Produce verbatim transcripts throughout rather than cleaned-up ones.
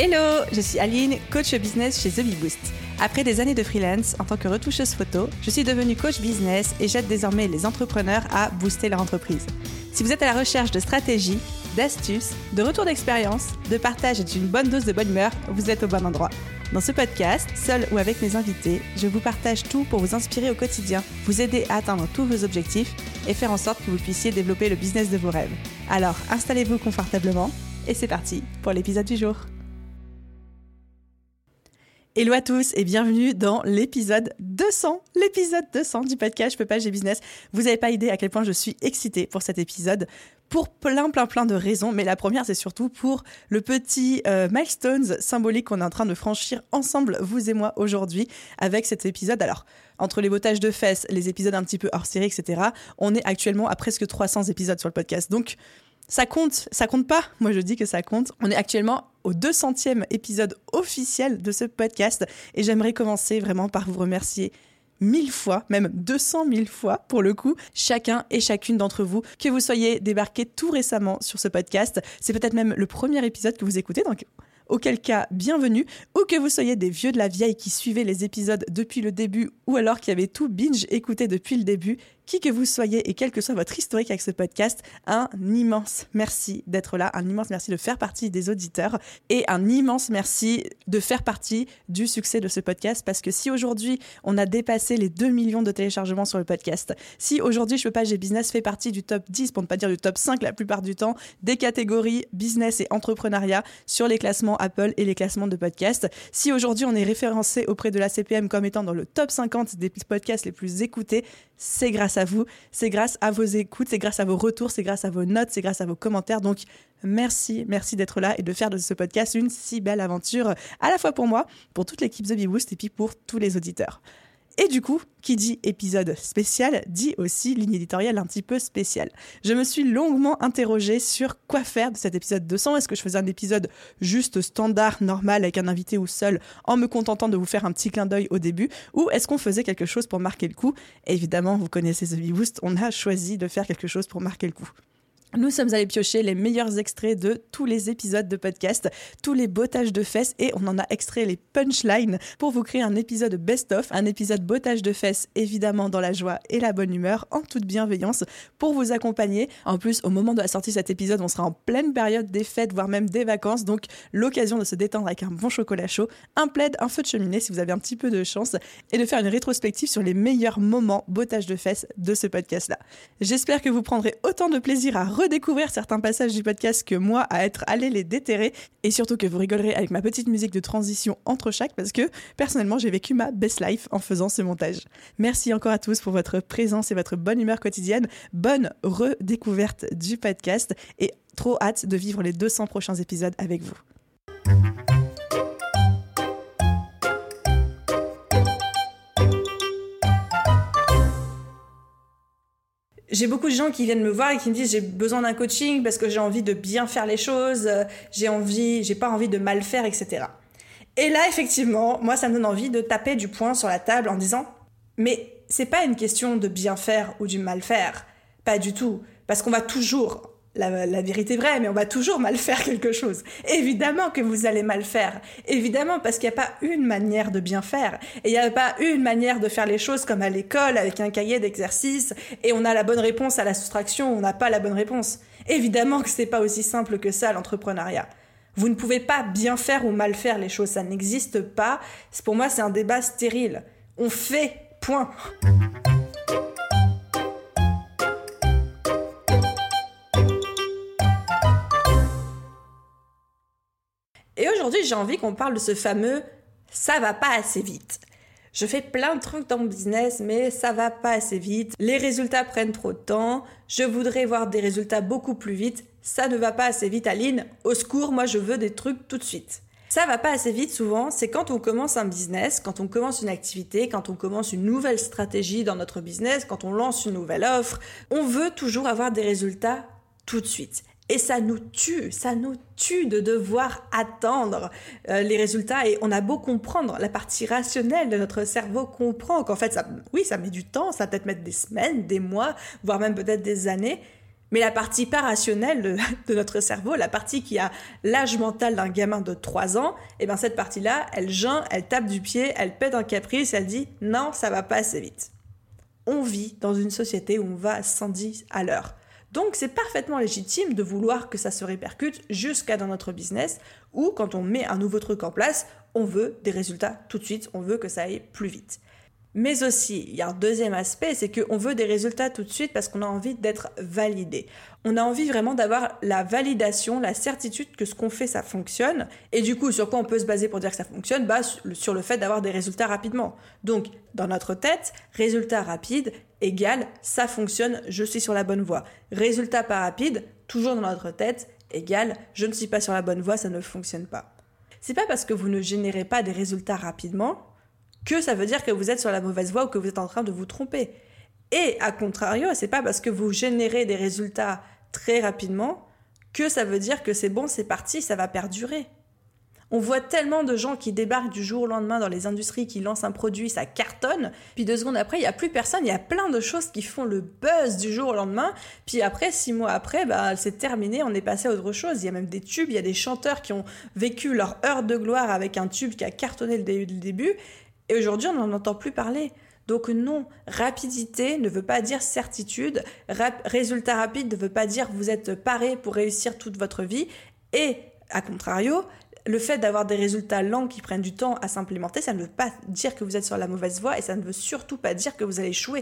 Hello, je suis Aline, coach business chez The Bee Boost. Après des années de freelance en tant que retoucheuse photo, je suis devenue coach business et j'aide désormais les entrepreneurs à booster leur entreprise. Si vous êtes à la recherche de stratégies, d'astuces, de retours d'expérience, de partage et d'une bonne dose de bonne humeur, vous êtes au bon endroit. Dans ce podcast, seul ou avec mes invités, je vous partage tout pour vous inspirer au quotidien, vous aider à atteindre tous vos objectifs et faire en sorte que vous puissiez développer le business de vos rêves. Alors, installez-vous confortablement et c'est parti pour l'épisode du jour. Hello à tous et bienvenue dans l'épisode deux cents, l'épisode deux cents du podcast Je peux pas, j'ai business. Vous n'avez pas idée à quel point je suis excitée pour cet épisode, pour plein plein plein de raisons, mais la première c'est surtout pour le petit euh, milestone symbolique qu'on est en train de franchir ensemble, vous et moi, aujourd'hui, avec cet épisode. Alors, entre les bottages de fesses, les épisodes un petit peu hors série, et cetera, on est actuellement à presque trois cents épisodes sur le podcast, donc ça compte, ça compte pas. Moi, je dis que ça compte. On est actuellement au deux centième épisode officiel de ce podcast et j'aimerais commencer vraiment par vous remercier mille fois, même deux cent mille fois pour le coup, chacun et chacune d'entre vous, que vous soyez débarqués tout récemment sur ce podcast. C'est peut-être même le premier épisode que vous écoutez, donc auquel cas, bienvenue, ou que vous soyez des vieux de la vieille qui suivaient les épisodes depuis le début ou alors qui avaient tout binge écouté depuis le début, qui que vous soyez et quel que soit votre historique avec ce podcast, un immense merci d'être là, un immense merci de faire partie des auditeurs et un immense merci de faire partie du succès de ce podcast parce que si aujourd'hui on a dépassé les deux millions de téléchargements sur le podcast, si aujourd'hui Je peux pas, j'ai business fait partie du top dix, pour ne pas dire du top cinq la plupart du temps, des catégories business et entrepreneuriat sur les classements Apple et les classements de podcasts, si aujourd'hui on est référencé auprès de l'A C P M comme étant dans le top cinquante des podcasts les plus écoutés, c'est grâce à vous, c'est grâce à vos écoutes, c'est grâce à vos retours, c'est grâce à vos notes, c'est grâce à vos commentaires. Donc merci, merci d'être là et de faire de ce podcast une si belle aventure, à la fois pour moi, pour toute l'équipe The Bee Boost et puis pour tous les auditeurs. Et du coup, qui dit épisode spécial, dit aussi ligne éditoriale un petit peu spéciale. Je me suis longuement interrogée sur quoi faire de cet épisode deux cents. Est-ce que je faisais un épisode juste standard, normal, avec un invité ou seul, en me contentant de vous faire un petit clin d'œil au début, ou est-ce qu'on faisait quelque chose pour marquer le coup ? Évidemment, vous connaissez The Bee Boost, on a choisi de faire quelque chose pour marquer le coup. Nous sommes allés piocher les meilleurs extraits de tous les épisodes de podcast, tous les bottages de fesses et on en a extrait les punchlines pour vous créer un épisode best-of, un épisode bottage de fesses évidemment dans la joie et la bonne humeur, en toute bienveillance pour vous accompagner. En plus, au moment de la sortie de cet épisode, on sera en pleine période des fêtes, voire même des vacances, donc l'occasion de se détendre avec un bon chocolat chaud, un plaid, un feu de cheminée si vous avez un petit peu de chance et de faire une rétrospective sur les meilleurs moments bottage de fesses de ce podcast-là. J'espère que vous prendrez autant de plaisir à redécouvrir certains passages du podcast que moi à être allé les déterrer et surtout que vous rigolerez avec ma petite musique de transition entre chaque parce que personnellement j'ai vécu ma best life en faisant ce montage. Merci encore à tous pour votre présence et votre bonne humeur quotidienne, bonne redécouverte du podcast et trop hâte de vivre les deux cents prochains épisodes avec vous. J'ai beaucoup de gens qui viennent me voir et qui me disent j'ai besoin d'un coaching parce que j'ai envie de bien faire les choses, j'ai envie, j'ai pas envie de mal faire, et cetera. Et là, effectivement, moi, ça me donne envie de taper du poing sur la table en disant mais c'est pas une question de bien faire ou du mal faire, pas du tout, parce qu'on va toujours, la, la vérité est vraie, mais on va toujours mal faire quelque chose. Évidemment que vous allez mal faire, évidemment, parce qu'il n'y a pas une manière de bien faire, et il n'y a pas une manière de faire les choses comme à l'école, avec un cahier d'exercices, et on a la bonne réponse à la soustraction, on n'a pas la bonne réponse. Évidemment que c'est pas aussi simple que ça, l'entrepreneuriat. Vous ne pouvez pas bien faire ou mal faire les choses, ça n'existe pas. Pour moi, c'est un débat stérile. On fait, point. Et aujourd'hui, j'ai envie qu'on parle de ce fameux « ça va pas assez vite ». Je fais plein de trucs dans mon business, mais ça va pas assez vite. Les résultats prennent trop de temps. Je voudrais voir des résultats beaucoup plus vite. Ça ne va pas assez vite, Aline. Au secours, moi, je veux des trucs tout de suite. Ça va pas assez vite, souvent, c'est quand on commence un business, quand on commence une activité, quand on commence une nouvelle stratégie dans notre business, quand on lance une nouvelle offre. On veut toujours avoir des résultats tout de suite. Et ça nous tue, ça nous tue de devoir attendre euh, les résultats. Et on a beau comprendre, la partie rationnelle de notre cerveau comprend qu'en fait, ça, oui, ça met du temps, ça va peut-être mettre des semaines, des mois, voire même peut-être des années. Mais la partie pas rationnelle de, de notre cerveau, la partie qui a l'âge mental d'un gamin de trois ans, et bien cette partie-là, elle geint, elle tape du pied, elle pète un caprice, elle dit « non, ça va pas assez vite ». On vit dans une société où on va à cent dix à l'heure. Donc c'est parfaitement légitime de vouloir que ça se répercute jusqu'à dans notre business, ou quand on met un nouveau truc en place, on veut des résultats tout de suite, on veut que ça aille plus vite. Mais aussi, il y a un deuxième aspect, c'est qu'on veut des résultats tout de suite parce qu'on a envie d'être validé. On a envie vraiment d'avoir la validation, la certitude que ce qu'on fait, ça fonctionne. Et du coup, sur quoi on peut se baser pour dire que ça fonctionne ? Bah, sur le fait d'avoir des résultats rapidement. Donc, dans notre tête, résultat rapide égale ça fonctionne, je suis sur la bonne voie. Résultat pas rapide, toujours dans notre tête, égale je ne suis pas sur la bonne voie, ça ne fonctionne pas. C'est pas parce que vous ne générez pas des résultats rapidement que ça veut dire que vous êtes sur la mauvaise voie ou que vous êtes en train de vous tromper. Et à contrario, c'est pas parce que vous générez des résultats très rapidement que ça veut dire que c'est bon, c'est parti, ça va perdurer. On voit tellement de gens qui débarquent du jour au lendemain dans les industries, qui lancent un produit, ça cartonne, puis deux secondes après, il n'y a plus personne, il y a plein de choses qui font le buzz du jour au lendemain, puis après, six mois après, bah, c'est terminé, on est passé à autre chose. Il y a même des tubes, il y a des chanteurs qui ont vécu leur heure de gloire avec un tube qui a cartonné le début, et aujourd'hui, on n'en entend plus parler. Donc non, rapidité ne veut pas dire certitude, Rap- résultat rapide ne veut pas dire vous êtes paré pour réussir toute votre vie, et à contrario, le fait d'avoir des résultats lents qui prennent du temps à s'implémenter, ça ne veut pas dire que vous êtes sur la mauvaise voie et ça ne veut surtout pas dire que vous allez échouer.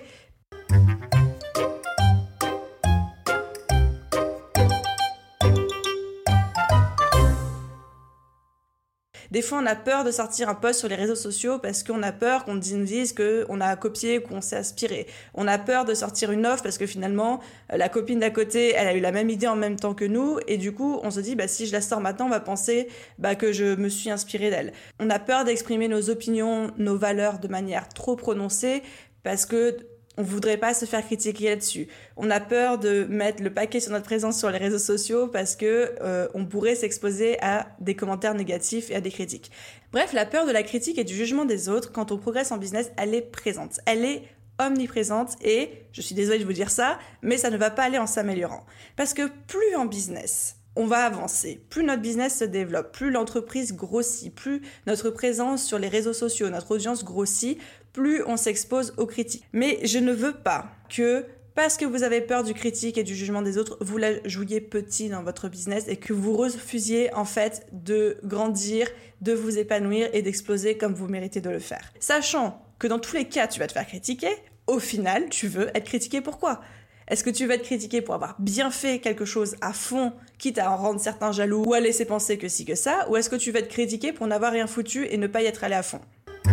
Des fois, on a peur de sortir un post sur les réseaux sociaux parce qu'on a peur qu'on nous dise qu'on a copié, qu'on s'est inspiré. On a peur de sortir une offre parce que finalement, la copine d'à côté, elle a eu la même idée en même temps que nous. Et du coup, on se dit, bah, si je la sors maintenant, on va penser bah, que je me suis inspirée d'elle. On a peur d'exprimer nos opinions, nos valeurs de manière trop prononcée parce que on voudrait pas se faire critiquer là-dessus. On a peur de mettre le paquet sur notre présence sur les réseaux sociaux parce que euh, on pourrait s'exposer à des commentaires négatifs et à des critiques. Bref, la peur de la critique et du jugement des autres, quand on progresse en business, elle est présente. Elle est omniprésente et, je suis désolée de vous dire ça, mais ça ne va pas aller en s'améliorant. Parce que plus en business, on va avancer, plus notre business se développe, plus l'entreprise grossit, plus notre présence sur les réseaux sociaux, notre audience grossit, plus on s'expose aux critiques. Mais je ne veux pas que, parce que vous avez peur du critique et du jugement des autres, vous la jouiez petit dans votre business et que vous refusiez en fait de grandir, de vous épanouir et d'exploser comme vous méritez de le faire. Sachant que dans tous les cas, tu vas te faire critiquer, au final, tu veux être critiqué pourquoi ? Est-ce que tu vas être critiqué pour avoir bien fait quelque chose à fond, quitte à en rendre certains jaloux ou à laisser penser que si que ça, ou est-ce que tu vas être critiqué pour n'avoir rien foutu et ne pas y être allé à fond ?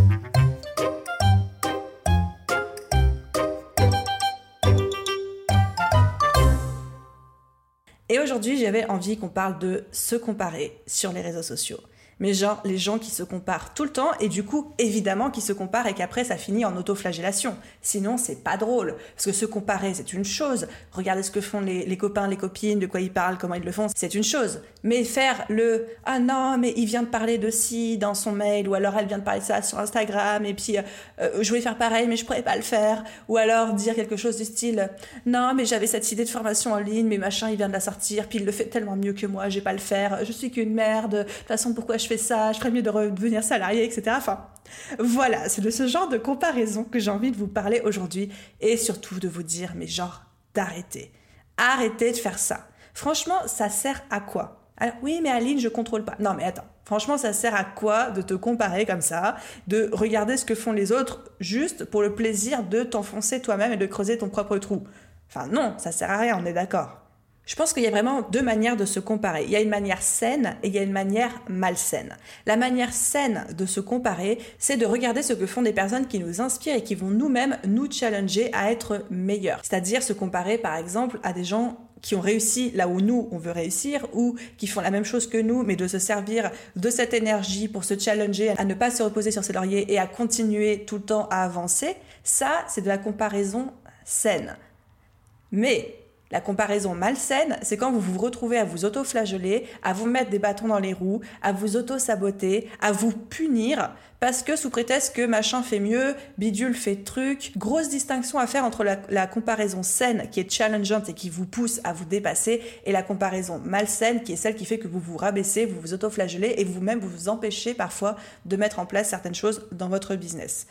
Et aujourd'hui, j'avais envie qu'on parle de se comparer sur les réseaux sociaux. Mais genre, les gens qui se comparent tout le temps et du coup, évidemment, qui se comparent et qu'après, ça finit en autoflagellation. Sinon, c'est pas drôle. Parce que se comparer, c'est une chose. Regarder ce que font les, les copains, les copines, de quoi ils parlent, comment ils le font, c'est une chose. Mais faire le « Ah non, mais il vient de parler de ci dans son mail » ou alors « Elle vient de parler de ça sur Instagram et puis euh, je voulais faire pareil, mais je pourrais pas le faire. » Ou alors dire quelque chose du style « Non, mais j'avais cette idée de formation en ligne, mais machin, il vient de la sortir, puis il le fait tellement mieux que moi, j'ai pas le faire. Je suis qu'une merde. De toute façon, pourquoi je fais ça, je ferais mieux de redevenir salarié, et cetera. Enfin, voilà, c'est de ce genre de comparaison que j'ai envie de vous parler aujourd'hui et surtout de vous dire, mais genre, d'arrêter. Arrêtez de faire ça. Franchement, ça sert à quoi ? Alors, oui, mais Aline, je contrôle pas. Non, mais attends. Franchement, ça sert à quoi de te comparer comme ça, de regarder ce que font les autres juste pour le plaisir de t'enfoncer toi-même et de creuser ton propre trou ? Enfin, non, ça sert à rien, on est d'accord. Je pense qu'il y a vraiment deux manières de se comparer. Il y a une manière saine et il y a une manière malsaine. La manière saine de se comparer, c'est de regarder ce que font des personnes qui nous inspirent et qui vont nous-mêmes nous challenger à être meilleurs. C'est-à-dire se comparer par exemple à des gens qui ont réussi là où nous, on veut réussir, ou qui font la même chose que nous, mais de se servir de cette énergie pour se challenger, à ne pas se reposer sur ses lauriers et à continuer tout le temps à avancer. Ça, c'est de la comparaison saine. Mais La comparaison malsaine, c'est quand vous vous retrouvez à vous auto-flageller, à vous mettre des bâtons dans les roues, à vous auto-saboter, à vous punir, parce que sous prétexte que machin fait mieux, bidule fait truc. Grosse distinction à faire entre la, la comparaison saine, qui est challengeante et qui vous pousse à vous dépasser, et la comparaison malsaine, qui est celle qui fait que vous vous rabaissez, vous vous auto-flagellez, et vous-même vous vous empêchez parfois de mettre en place certaines choses dans votre business.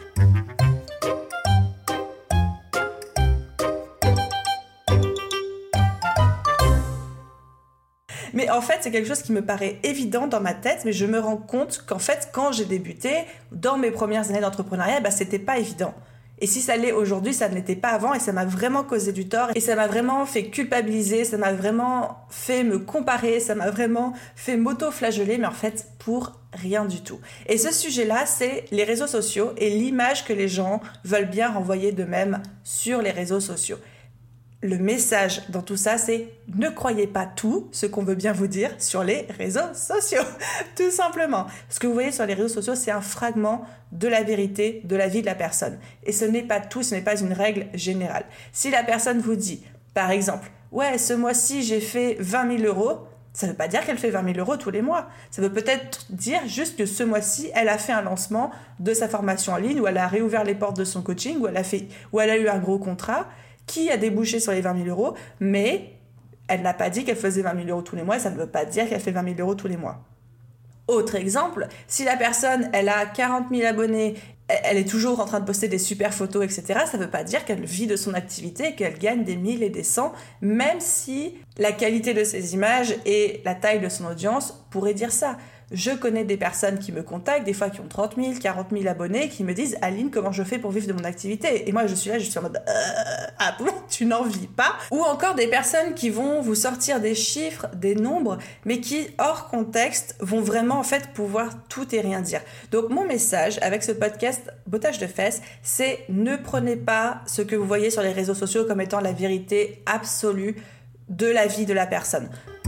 Mais en fait, c'est quelque chose qui me paraît évident dans ma tête, mais je me rends compte qu'en fait, quand j'ai débuté, dans mes premières années d'entrepreneuriat, bah, c'était pas évident. Et si ça l'est aujourd'hui, ça ne l'était pas avant, et ça m'a vraiment causé du tort, et ça m'a vraiment fait culpabiliser, ça m'a vraiment fait me comparer, ça m'a vraiment fait m'auto-flageller, mais en fait, pour rien du tout. Et ce sujet-là, c'est les réseaux sociaux et l'image que les gens veulent bien renvoyer d'eux-mêmes sur les réseaux sociaux. Le message dans tout ça, c'est ne croyez pas tout ce qu'on veut bien vous dire sur les réseaux sociaux, tout simplement. Ce que vous voyez sur les réseaux sociaux, c'est un fragment de la vérité, de la vie de la personne. Et ce n'est pas tout, ce n'est pas une règle générale. Si la personne vous dit, par exemple, « Ouais, ce mois-ci, j'ai fait vingt mille euros », ça ne veut pas dire qu'elle fait vingt mille euros tous les mois. Ça veut peut-être dire juste que ce mois-ci, elle a fait un lancement de sa formation en ligne, ou elle a réouvert les portes de son coaching, ou elle a, fait, ou elle a eu un gros contrat, qui a débouché sur les vingt mille euros, mais elle n'a pas dit qu'elle faisait vingt mille euros tous les mois, et ça ne veut pas dire qu'elle fait vingt mille euros tous les mois. Autre exemple, si la personne, elle a quarante mille abonnés, elle est toujours en train de poster des super photos, et cetera, ça ne veut pas dire qu'elle vit de son activité, qu'elle gagne des mille et des cents, même si la qualité de ses images et la taille de son audience pourraient dire ça. Je connais des personnes qui me contactent, des fois qui ont trente mille, quarante mille abonnés, qui me disent « Aline, comment je fais pour vivre de mon activité ?» Et moi, je suis là, je suis en mode euh, « Ah bon, tu n'en vis pas ?» Ou encore des personnes qui vont vous sortir des chiffres, des nombres, mais qui, hors contexte, vont vraiment en fait pouvoir tout et rien dire. Donc mon message avec ce podcast « Bottage de fesses », c'est ne prenez pas ce que vous voyez sur les réseaux sociaux comme étant la vérité absolue de la vie de la personne.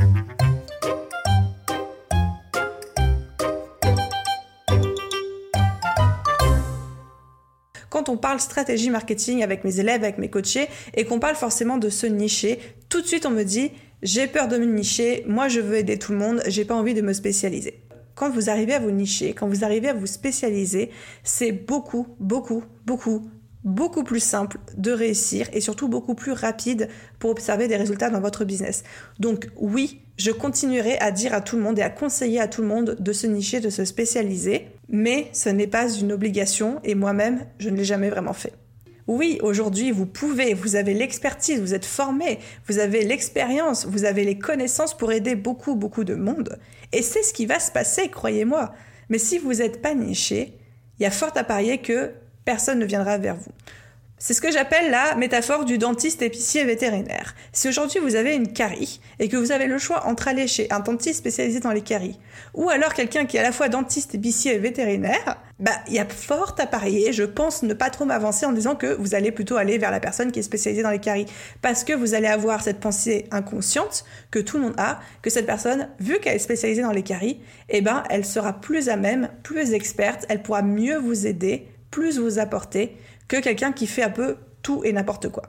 Quand on parle stratégie marketing avec mes élèves, avec mes coachés, et qu'on parle forcément de se nicher, tout de suite on me dit « j'ai peur de me nicher, moi je veux aider tout le monde, j'ai pas envie de me spécialiser ». Quand vous arrivez à vous nicher, quand vous arrivez à vous spécialiser, c'est beaucoup, beaucoup, beaucoup, beaucoup plus simple de réussir et surtout beaucoup plus rapide pour observer des résultats dans votre business. Donc oui, je continuerai à dire à tout le monde et à conseiller à tout le monde de se nicher, de se spécialiser, mais ce n'est pas une obligation et moi-même, je ne l'ai jamais vraiment fait. Oui, aujourd'hui, vous pouvez, vous avez l'expertise, vous êtes formé, vous avez l'expérience, vous avez les connaissances pour aider beaucoup, beaucoup de monde. Et c'est ce qui va se passer, croyez-moi. Mais si vous n'êtes pas niché, il y a fort à parier que personne ne viendra vers vous. C'est ce que j'appelle la métaphore du dentiste épicier vétérinaire. Si aujourd'hui vous avez une carie et que vous avez le choix entre aller chez un dentiste spécialisé dans les caries ou alors quelqu'un qui est à la fois dentiste, épicier et vétérinaire, bah il y a fort à parier, je pense ne pas trop m'avancer en disant que vous allez plutôt aller vers la personne qui est spécialisée dans les caries parce que vous allez avoir cette pensée inconsciente que tout le monde a, que cette personne, vu qu'elle est spécialisée dans les caries, eh ben elle sera plus à même, plus experte, elle pourra mieux vous aider, plus vous apporter que quelqu'un qui fait un peu tout et n'importe quoi.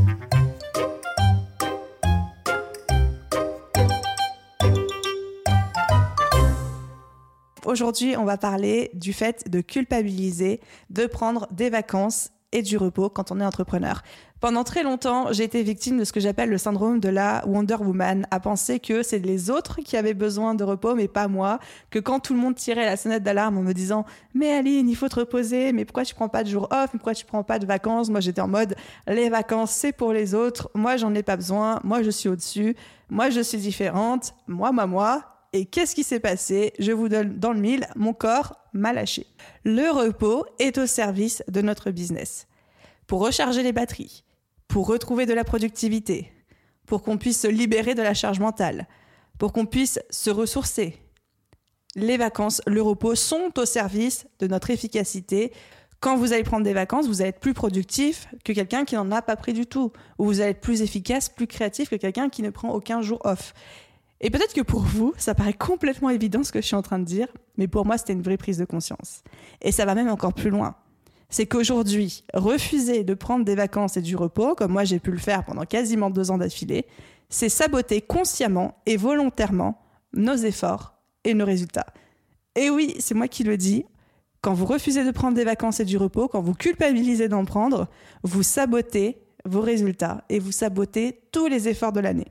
Aujourd'hui, on va parler du fait de culpabiliser, de prendre des vacances et du repos quand on est entrepreneur. Pendant très longtemps, j'ai été victime de ce que j'appelle le syndrome de la Wonder Woman, à penser que c'est les autres qui avaient besoin de repos, mais pas moi, que quand tout le monde tirait la sonnette d'alarme en me disant « Mais Aline, il faut te reposer, mais pourquoi tu prends pas de jours off, mais pourquoi tu prends pas de vacances ?» Moi, j'étais en mode « Les vacances, c'est pour les autres, moi, j'en ai pas besoin, moi, je suis au-dessus, moi, je suis différente, moi, moi, moi. » Et qu'est-ce qui s'est passé ? Je vous donne dans le mille, mon corps m'a lâché. Le repos est au service de notre business. Pour recharger les batteries, pour retrouver de la productivité, pour qu'on puisse se libérer de la charge mentale, pour qu'on puisse se ressourcer. Les vacances, le repos sont au service de notre efficacité. Quand vous allez prendre des vacances, vous allez être plus productif que quelqu'un qui n'en a pas pris du tout. Ou vous allez être plus efficace, plus créatif que quelqu'un qui ne prend aucun jour off. Et peut-être que pour vous, ça paraît complètement évident ce que je suis en train de dire, mais pour moi, c'était une vraie prise de conscience. Et ça va même encore plus loin. c'est qu'aujourd'hui, refuser de prendre des vacances et du repos, comme moi j'ai pu le faire pendant quasiment deux ans d'affilée, c'est saboter consciemment et volontairement nos efforts et nos résultats. Et oui, c'est moi qui le dis, quand vous refusez de prendre des vacances et du repos, quand vous culpabilisez d'en prendre, vous sabotez vos résultats et vous sabotez tous les efforts de l'année.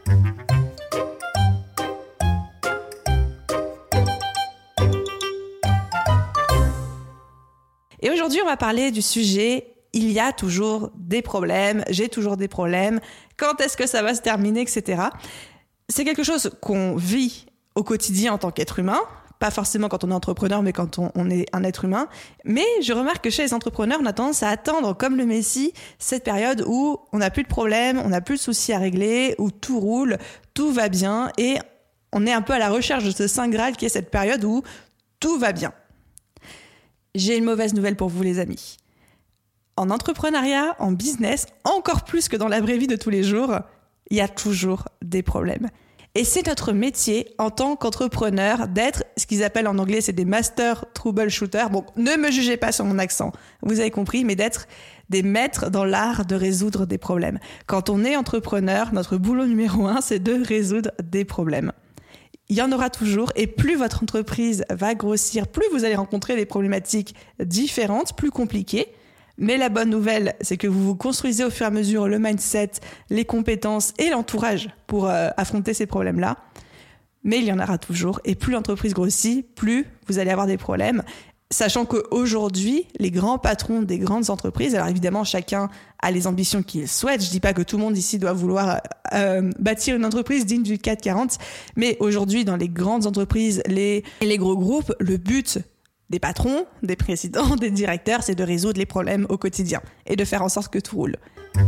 Et aujourd'hui, on va parler du sujet « Il y a toujours des problèmes, j'ai toujours des problèmes, quand est-ce que ça va se terminer, et cetera » C'est quelque chose qu'on vit au quotidien en tant qu'être humain, pas forcément quand on est entrepreneur, mais quand on, on est un être humain. Mais je remarque que chez les entrepreneurs, on a tendance à attendre, comme le Messie, cette période où on n'a plus de problèmes, on n'a plus de soucis à régler, où tout roule, tout va bien, et on est un peu à la recherche de ce Saint Graal qui est cette période où tout va bien. J'ai une mauvaise nouvelle pour vous, les amis. En entrepreneuriat, en business, encore plus que dans la vraie vie de tous les jours, il y a toujours des problèmes. Et c'est notre métier en tant qu'entrepreneur d'être ce qu'ils appellent en anglais, c'est des master troubleshooters. Bon, ne me jugez pas sur mon accent, vous avez compris, mais d'être des maîtres dans l'art de résoudre des problèmes. Quand on est entrepreneur, notre boulot numéro un, c'est de résoudre des problèmes. Il y en aura toujours, et plus votre entreprise va grossir, plus vous allez rencontrer des problématiques différentes, plus compliquées. Mais la bonne nouvelle, c'est que vous vous construisez au fur et à mesure le mindset, les compétences et l'entourage pour euh, affronter ces problèmes-là. Mais il y en aura toujours, et plus l'entreprise grossit, plus vous allez avoir des problèmes. Sachant qu'aujourd'hui, les grands patrons des grandes entreprises, alors évidemment, chacun a les ambitions qu'il souhaite. Je dis pas que tout le monde ici doit vouloir euh, bâtir une entreprise digne du CAC quarante, mais aujourd'hui, dans les grandes entreprises, les, les gros groupes, le but des patrons, des présidents, des directeurs, c'est de résoudre les problèmes au quotidien et de faire en sorte que tout roule.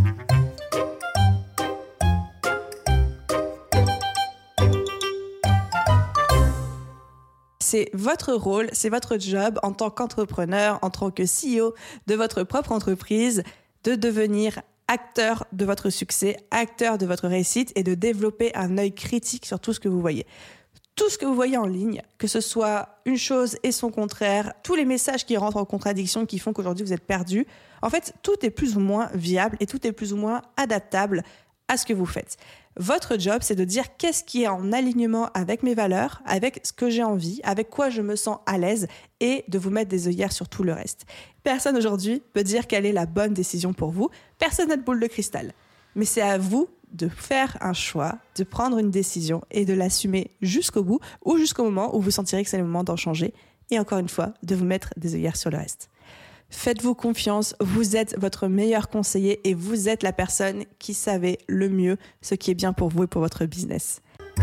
C'est votre rôle, c'est votre job en tant qu'entrepreneur, en tant que C E O de votre propre entreprise, de devenir acteur de votre succès, acteur de votre réussite et de développer un œil critique sur tout ce que vous voyez. Tout ce que vous voyez en ligne, que ce soit une chose et son contraire, tous les messages qui rentrent en contradiction, qui font qu'aujourd'hui vous êtes perdu, en fait, tout est plus ou moins viable et tout est plus ou moins adaptable à ce que vous faites. Votre job, c'est de dire qu'est-ce qui est en alignement avec mes valeurs, avec ce que j'ai envie, avec quoi je me sens à l'aise et de vous mettre des œillères sur tout le reste. Personne aujourd'hui peut dire quelle est la bonne décision pour vous. Personne n'a de boule de cristal. Mais c'est à vous de faire un choix, de prendre une décision et de l'assumer jusqu'au bout ou jusqu'au moment où vous sentirez que c'est le moment d'en changer. Et encore une fois, de vous mettre des œillères sur le reste. Faites-vous confiance, vous êtes votre meilleur conseiller et vous êtes la personne qui savait le mieux ce qui est bien pour vous et pour votre business.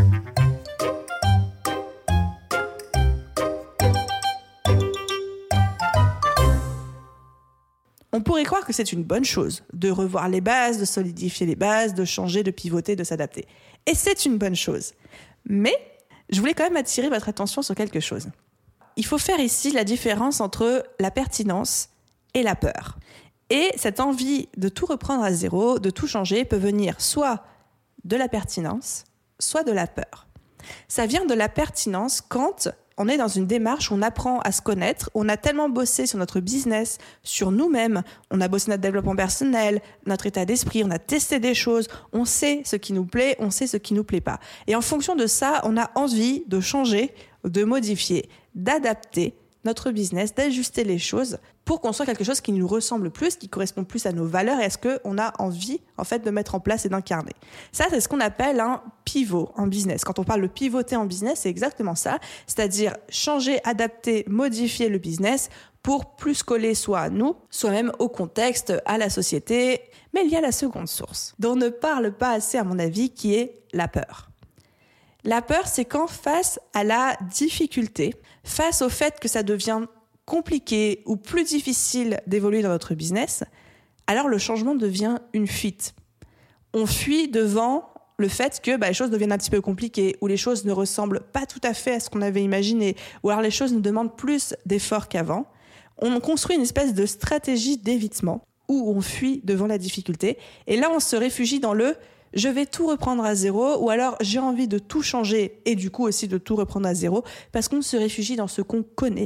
On pourrait croire que c'est une bonne chose de revoir les bases, de solidifier les bases, de changer, de pivoter, de s'adapter. Et c'est une bonne chose. Mais je voulais quand même attirer votre attention sur quelque chose. Il faut faire ici la différence entre la pertinence et la peur. Et cette envie de tout reprendre à zéro, de tout changer, peut venir soit de la pertinence, soit de la peur. Ça vient de la pertinence quand on est dans une démarche où on apprend à se connaître, on a tellement bossé sur notre business, sur nous-mêmes, on a bossé notre développement personnel, notre état d'esprit, on a testé des choses, on sait ce qui nous plaît, on sait ce qui nous plaît pas. Et en fonction de ça, on a envie de changer, de modifier, d'adapter notre business, d'ajuster les choses pour construire quelque chose qui nous ressemble plus, qui correspond plus à nos valeurs et à ce qu'on a envie en fait de mettre en place et d'incarner. Ça, c'est ce qu'on appelle un pivot en business. Quand on parle de pivoter en business, c'est exactement ça, c'est-à-dire changer, adapter, modifier le business pour plus coller soit à nous, soit même au contexte, à la société. Mais il y a la seconde source, dont on ne parle pas assez à mon avis, qui est la peur. La peur, c'est quand face à la difficulté, face au fait que ça devient compliqué ou plus difficile d'évoluer dans notre business, alors le changement devient une fuite. On fuit devant le fait que bah, les choses deviennent un petit peu compliquées, ou les choses ne ressemblent pas tout à fait à ce qu'on avait imaginé, ou alors les choses nous demandent plus d'efforts qu'avant. On construit une espèce de stratégie d'évitement où on fuit devant la difficulté, et là on se réfugie dans le « je vais tout reprendre à zéro » ou alors « j'ai envie de tout changer » et du coup aussi de tout reprendre à zéro, parce qu'on se réfugie dans ce qu'on connaît,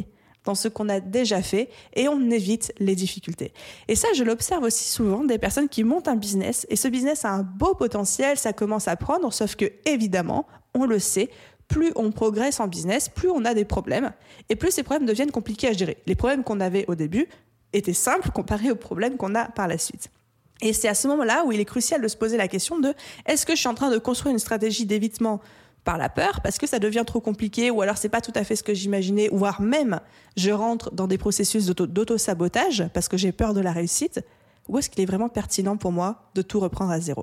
dans ce qu'on a déjà fait et on évite les difficultés. Et ça, je l'observe aussi souvent des personnes qui montent un business et ce business a un beau potentiel, ça commence à prendre, sauf que évidemment, on le sait, plus on progresse en business, plus on a des problèmes et plus ces problèmes deviennent compliqués à gérer. Les problèmes qu'on avait au début étaient simples comparés aux problèmes qu'on a par la suite. Et c'est à ce moment-là où il est crucial de se poser la question de est-ce que je suis en train de construire une stratégie d'évitement par la peur, parce que ça devient trop compliqué, ou alors c'est pas tout à fait ce que j'imaginais, voire même je rentre dans des processus d'auto- d'auto-sabotage parce que j'ai peur de la réussite, ou est-ce qu'il est vraiment pertinent pour moi de tout reprendre à zéro ?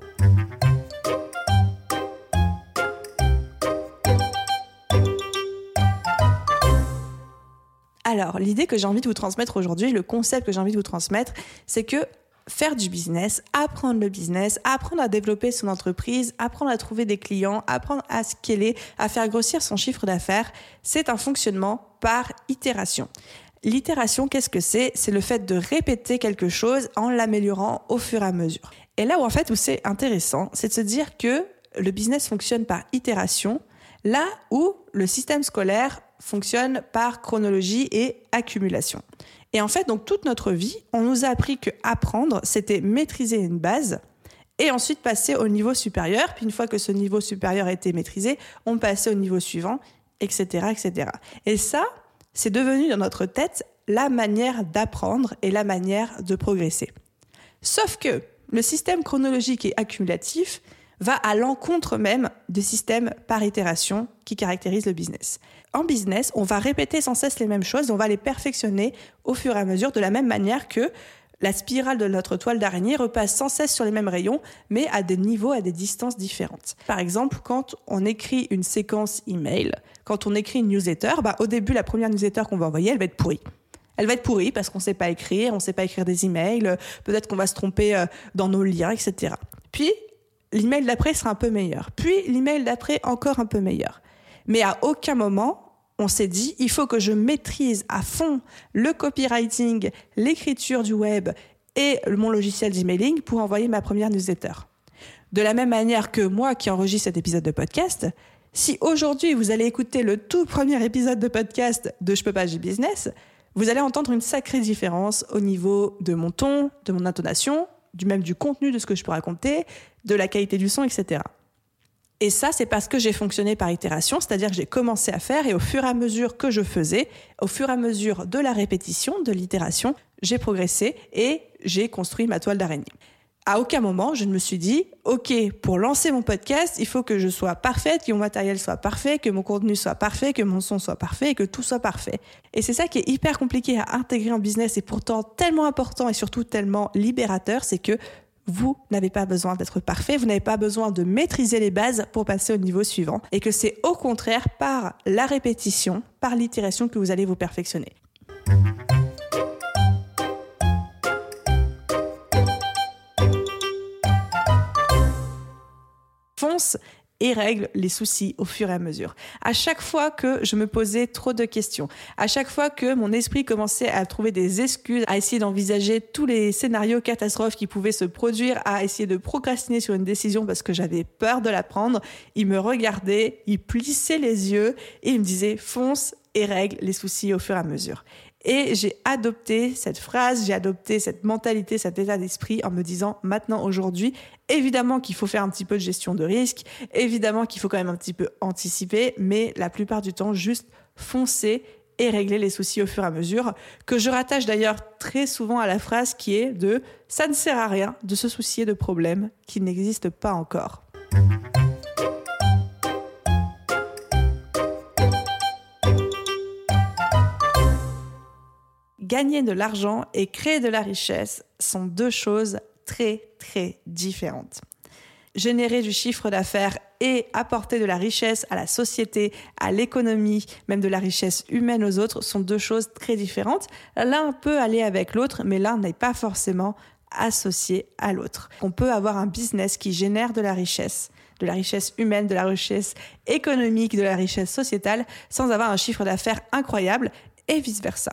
Alors, l'idée que j'ai envie de vous transmettre aujourd'hui, le concept que j'ai envie de vous transmettre, c'est que faire du business, apprendre le business, apprendre à développer son entreprise, apprendre à trouver des clients, apprendre à scaler, à faire grossir son chiffre d'affaires, c'est un fonctionnement par itération. L'itération, qu'est-ce que c'est ? C'est le fait de répéter quelque chose en l'améliorant au fur et à mesure. Et là où en fait où c'est intéressant, c'est de se dire que le business fonctionne par itération, là où le système scolaire fonctionne par chronologie et accumulation. Et en fait, donc toute notre vie, on nous a appris que apprendre, c'était maîtriser une base et ensuite passer au niveau supérieur. Puis une fois que ce niveau supérieur a été maîtrisé, on passait au niveau suivant, et cetera, et cetera. Et ça, c'est devenu dans notre tête la manière d'apprendre et la manière de progresser. Sauf que le système chronologique et accumulatif va à l'encontre même du système par itération qui caractérise le business. En business, on va répéter sans cesse les mêmes choses, on va les perfectionner au fur et à mesure de la même manière que la spirale de notre toile d'araignée repasse sans cesse sur les mêmes rayons, mais à des niveaux, à des distances différentes. Par exemple, quand on écrit une séquence email, quand on écrit une newsletter, bah, au début, la première newsletter qu'on va envoyer, elle va être pourrie. Elle va être pourrie parce qu'on ne sait pas écrire, on ne sait pas écrire des emails, peut-être qu'on va se tromper dans nos liens, et cetera. Puis, l'email d'après sera un peu meilleur. Puis, l'email d'après encore un peu meilleur. Mais à aucun moment, on s'est dit, il faut que je maîtrise à fond le copywriting, l'écriture du web et mon logiciel d'emailing pour envoyer ma première newsletter. De la même manière que moi qui enregistre cet épisode de podcast, si aujourd'hui vous allez écouter le tout premier épisode de podcast de Je peux pas, j'ai business, vous allez entendre une sacrée différence au niveau de mon ton, de mon intonation, du même du contenu de ce que je peux raconter, de la qualité du son, et cetera. Et ça, c'est parce que j'ai fonctionné par itération, c'est-à-dire que j'ai commencé à faire et au fur et à mesure que je faisais, au fur et à mesure de la répétition, de l'itération, j'ai progressé et j'ai construit ma toile d'araignée. À aucun moment, je ne me suis dit, OK, pour lancer mon podcast, il faut que je sois parfaite, que mon matériel soit parfait, que mon contenu soit parfait, que mon son soit parfait et que tout soit parfait. Et c'est ça qui est hyper compliqué à intégrer en business et pourtant tellement important et surtout tellement libérateur, c'est que vous n'avez pas besoin d'être parfait, vous n'avez pas besoin de maîtriser les bases pour passer au niveau suivant et que c'est au contraire par la répétition, par l'itération que vous allez vous perfectionner. Fonce et règle les soucis au fur et à mesure. À chaque fois que je me posais trop de questions, à chaque fois que mon esprit commençait à trouver des excuses, à essayer d'envisager tous les scénarios catastrophes qui pouvaient se produire, à essayer de procrastiner sur une décision parce que j'avais peur de la prendre, il me regardait, il plissait les yeux et il me disait « fonce et règle les soucis au fur et à mesure ». Et j'ai adopté cette phrase, j'ai adopté cette mentalité, cet état d'esprit en me disant maintenant, aujourd'hui, évidemment qu'il faut faire un petit peu de gestion de risque, évidemment qu'il faut quand même un petit peu anticiper, mais la plupart du temps, juste foncer et régler les soucis au fur et à mesure, que je rattache d'ailleurs très souvent à la phrase qui est de « ça ne sert à rien de se soucier de problèmes qui n'existent pas encore ». Gagner de l'argent et créer de la richesse sont deux choses très, très différentes. Générer du chiffre d'affaires et apporter de la richesse à la société, à l'économie, même de la richesse humaine aux autres, sont deux choses très différentes. L'un peut aller avec l'autre, mais l'un n'est pas forcément associé à l'autre. On peut avoir un business qui génère de la richesse, de la richesse humaine, de la richesse économique, de la richesse sociétale, sans avoir un chiffre d'affaires incroyable et vice-versa.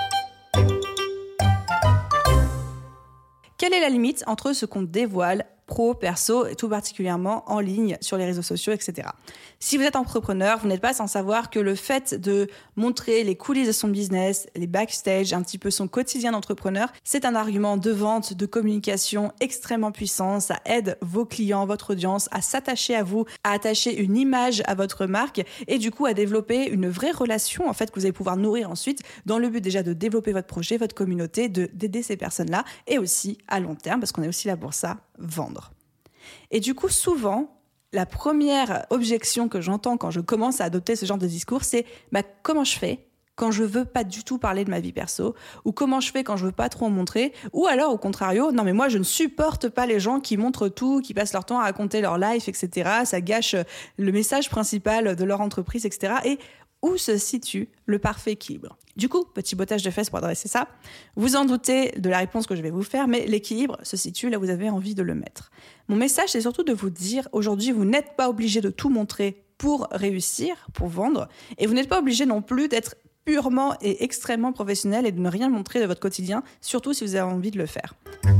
Quelle est la limite entre ce qu'on dévoile pro, perso, et tout particulièrement en ligne, sur les réseaux sociaux, et cetera. Si vous êtes entrepreneur, vous n'êtes pas sans savoir que le fait de montrer les coulisses de son business, les backstage, un petit peu son quotidien d'entrepreneur, c'est un argument de vente, de communication extrêmement puissant. Ça aide vos clients, votre audience à s'attacher à vous, à attacher une image à votre marque et du coup à développer une vraie relation en fait que vous allez pouvoir nourrir ensuite dans le but déjà de développer votre projet, votre communauté, de, d'aider ces personnes-là et aussi à long terme, parce qu'on est aussi là pour ça, vendre. Et du coup, souvent, la première objection que j'entends quand je commence à adopter ce genre de discours, c'est bah, comment je fais quand je veux pas du tout parler de ma vie perso, ou comment je fais quand je veux pas trop en montrer, ou alors au contrario, non mais moi je ne supporte pas les gens qui montrent tout, qui passent leur temps à raconter leur life, et cetera. Ça gâche le message principal de leur entreprise, et cetera. Et où se situe le parfait équilibre ? Du coup, petit bottage de fesses pour adresser ça, vous en doutez de la réponse que je vais vous faire, mais l'équilibre se situe là où vous avez envie de le mettre. Mon message, c'est surtout de vous dire, aujourd'hui, vous n'êtes pas obligé de tout montrer pour réussir, pour vendre, et vous n'êtes pas obligé non plus d'être purement et extrêmement professionnel et de ne rien montrer de votre quotidien, surtout si vous avez envie de le faire.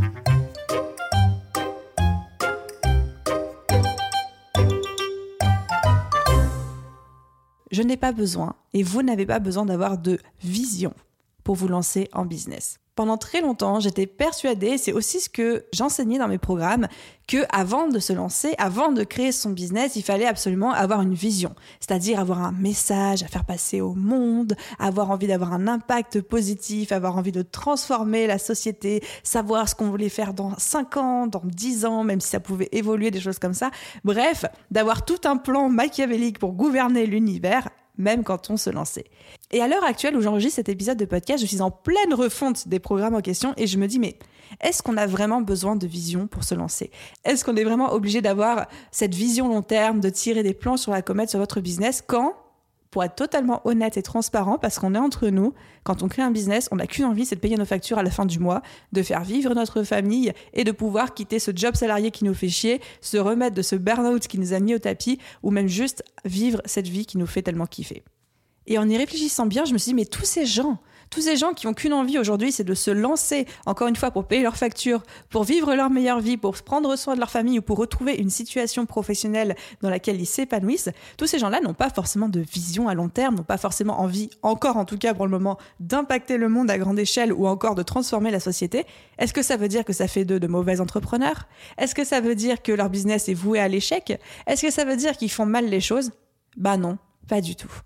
Je n'ai pas besoin, et vous n'avez pas besoin d'avoir de vision pour vous lancer en business. Pendant très longtemps, j'étais persuadée, c'est aussi ce que j'enseignais dans mes programmes, que avant de se lancer, avant de créer son business, il fallait absolument avoir une vision, c'est-à-dire avoir un message à faire passer au monde, avoir envie d'avoir un impact positif, avoir envie de transformer la société, savoir ce qu'on voulait faire dans cinq ans, dans dix ans, même si ça pouvait évoluer, des choses comme ça. Bref, d'avoir tout un plan machiavélique pour gouverner l'univers, même quand on se lançait. Et à l'heure actuelle où j'enregistre cet épisode de podcast, je suis en pleine refonte des programmes en question et je me dis, mais est-ce qu'on a vraiment besoin de vision pour se lancer ? Est-ce qu'on est vraiment obligé d'avoir cette vision long terme, de tirer des plans sur la comète sur votre business quand, pour être totalement honnête et transparent, parce qu'on est entre nous, quand on crée un business, on n'a qu'une envie, c'est de payer nos factures à la fin du mois, de faire vivre notre famille et de pouvoir quitter ce job salarié qui nous fait chier, se remettre de ce burn-out qui nous a mis au tapis, ou même juste vivre cette vie qui nous fait tellement kiffer. Et en y réfléchissant bien, je me suis dit, mais tous ces gens, tous ces gens qui ont qu'une envie aujourd'hui, c'est de se lancer, encore une fois, pour payer leurs factures, pour vivre leur meilleure vie, pour prendre soin de leur famille ou pour retrouver une situation professionnelle dans laquelle ils s'épanouissent, tous ces gens-là n'ont pas forcément de vision à long terme, n'ont pas forcément envie, encore en tout cas pour le moment, d'impacter le monde à grande échelle ou encore de transformer la société. Est-ce que ça veut dire que ça fait d'eux de mauvais entrepreneurs ? Est-ce que ça veut dire que leur business est voué à l'échec ? Est-ce que ça veut dire qu'ils font mal les choses ? Bah non, pas du tout.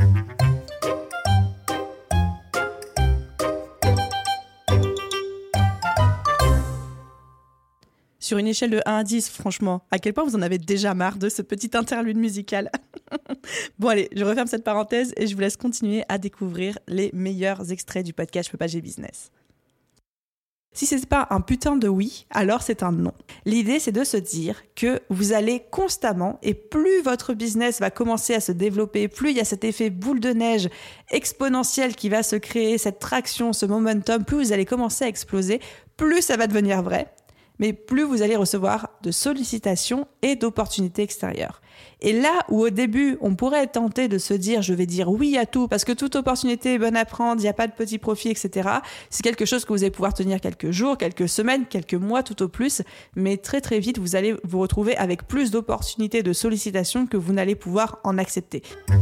Sur une échelle de un à dix, franchement, à quel point vous en avez déjà marre de ce petit interlude musical ? Bon allez, je referme cette parenthèse et je vous laisse continuer à découvrir les meilleurs extraits du podcast Je peux pas, j'ai business. Si c'est pas un putain de oui, alors c'est un non. L'idée, c'est de se dire que vous allez constamment, et plus votre business va commencer à se développer, plus il y a cet effet boule de neige exponentiel qui va se créer, cette traction, ce momentum, plus vous allez commencer à exploser, plus ça va devenir vrai. Mais plus vous allez recevoir de sollicitations et d'opportunités extérieures. Et là où au début, on pourrait être tenté de se dire « je vais dire oui à tout parce que toute opportunité est bonne à prendre, il n'y a pas de petit profit, et cetera » C'est quelque chose que vous allez pouvoir tenir quelques jours, quelques semaines, quelques mois tout au plus, mais très très vite, vous allez vous retrouver avec plus d'opportunités de sollicitations que vous n'allez pouvoir en accepter.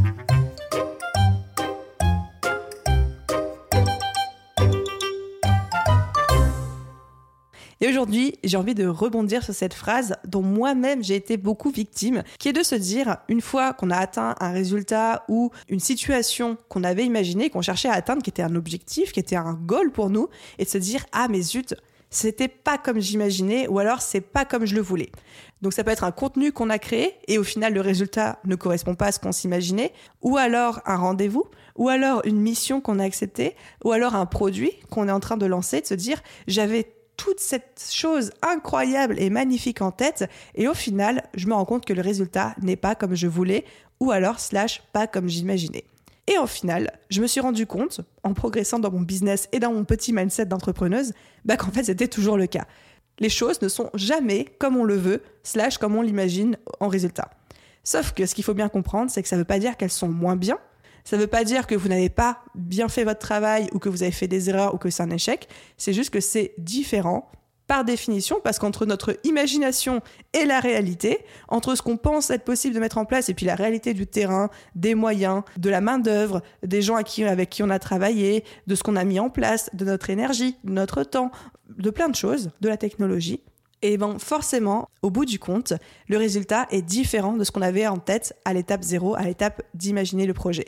Et aujourd'hui, j'ai envie de rebondir sur cette phrase dont moi-même j'ai été beaucoup victime, qui est de se dire, une fois qu'on a atteint un résultat ou une situation qu'on avait imaginée, qu'on cherchait à atteindre, qui était un objectif, qui était un goal pour nous, et de se dire « Ah mais zut, c'était pas comme j'imaginais ou alors c'est pas comme je le voulais ». Donc ça peut être un contenu qu'on a créé et au final le résultat ne correspond pas à ce qu'on s'imaginait, ou alors un rendez-vous, ou alors une mission qu'on a acceptée, ou alors un produit qu'on est en train de lancer, de se dire « J'avais toute cette chose incroyable et magnifique en tête et au final, je me rends compte que le résultat n'est pas comme je voulais ou alors slash pas comme j'imaginais. Et au final, je me suis rendu compte, en progressant dans mon business et dans mon petit mindset d'entrepreneuse, bah qu'en fait, c'était toujours le cas. Les choses ne sont jamais comme on le veut, slash comme on l'imagine en résultat. Sauf que ce qu'il faut bien comprendre, c'est que ça ne veut pas dire qu'elles sont moins bien. Ça ne veut pas dire que vous n'avez pas bien fait votre travail ou que vous avez fait des erreurs ou que c'est un échec. C'est juste que c'est différent Par définition, parce qu'entre notre imagination et la réalité, entre ce qu'on pense être possible de mettre en place et puis la réalité du terrain, des moyens, de la main-d'œuvre, des gens à qui, avec qui on a travaillé, de ce qu'on a mis en place, de notre énergie, de notre temps, de plein de choses, de la technologie, et bien forcément, au bout du compte, le résultat est différent de ce qu'on avait en tête à l'étape zéro, à l'étape d'imaginer le projet.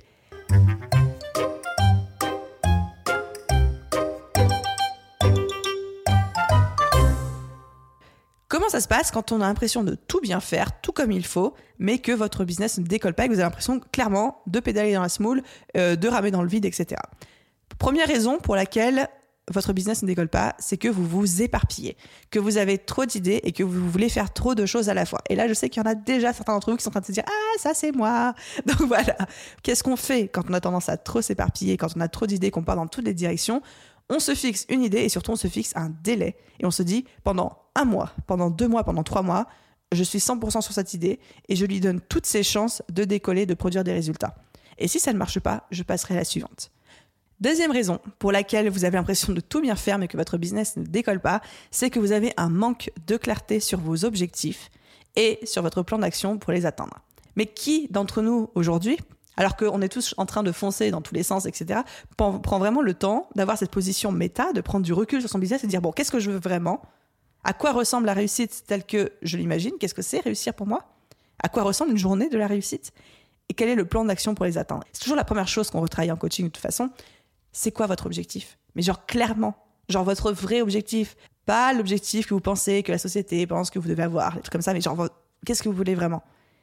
Comment ça se passe quand on a l'impression de tout bien faire, tout comme il faut, mais que votre business ne décolle pas et que vous avez l'impression clairement de pédaler dans la semoule, euh, de ramer dans le vide, et cetera. Première raison pour laquelle votre business ne décolle pas, c'est que vous vous éparpillez, que vous avez trop d'idées et que vous voulez faire trop de choses à la fois. Et là, je sais qu'il y en a déjà certains d'entre vous qui sont en train de se dire « Ah, ça c'est moi !» Donc voilà, qu'est-ce qu'on fait quand on a tendance à trop s'éparpiller, quand on a trop d'idées, qu'on part dans toutes les directions ? On se fixe une idée et surtout on se fixe un délai. Et on se dit, pendant un mois, pendant deux mois, pendant trois mois, je suis cent pour cent sur cette idée et je lui donne toutes ses chances de décoller, de produire des résultats. Et si ça ne marche pas, je passerai à la suivante. Deuxième raison pour laquelle vous avez l'impression de tout bien faire mais que votre business ne décolle pas, c'est que vous avez un manque de clarté sur vos objectifs et sur votre plan d'action pour les atteindre. Mais qui d'entre nous aujourd'hui, alors qu'on est tous en train de foncer dans tous les sens, et cetera, prend vraiment le temps d'avoir cette position méta, de prendre du recul sur son business et de dire, bon, qu'est-ce que je veux vraiment ? À quoi ressemble la réussite telle que je l'imagine ? Qu'est-ce que c'est réussir pour moi ? À quoi ressemble une journée de la réussite ? Et quel est le plan d'action pour les atteindre ? C'est toujours la première chose qu'on retravaille en coaching de toute façon. C'est quoi votre objectif ? Mais genre clairement, genre votre vrai objectif, pas l'objectif que vous pensez, que la société pense que vous devez avoir, des trucs comme ça, mais genre, votre... qu'est-ce que vous voulez vraiment ?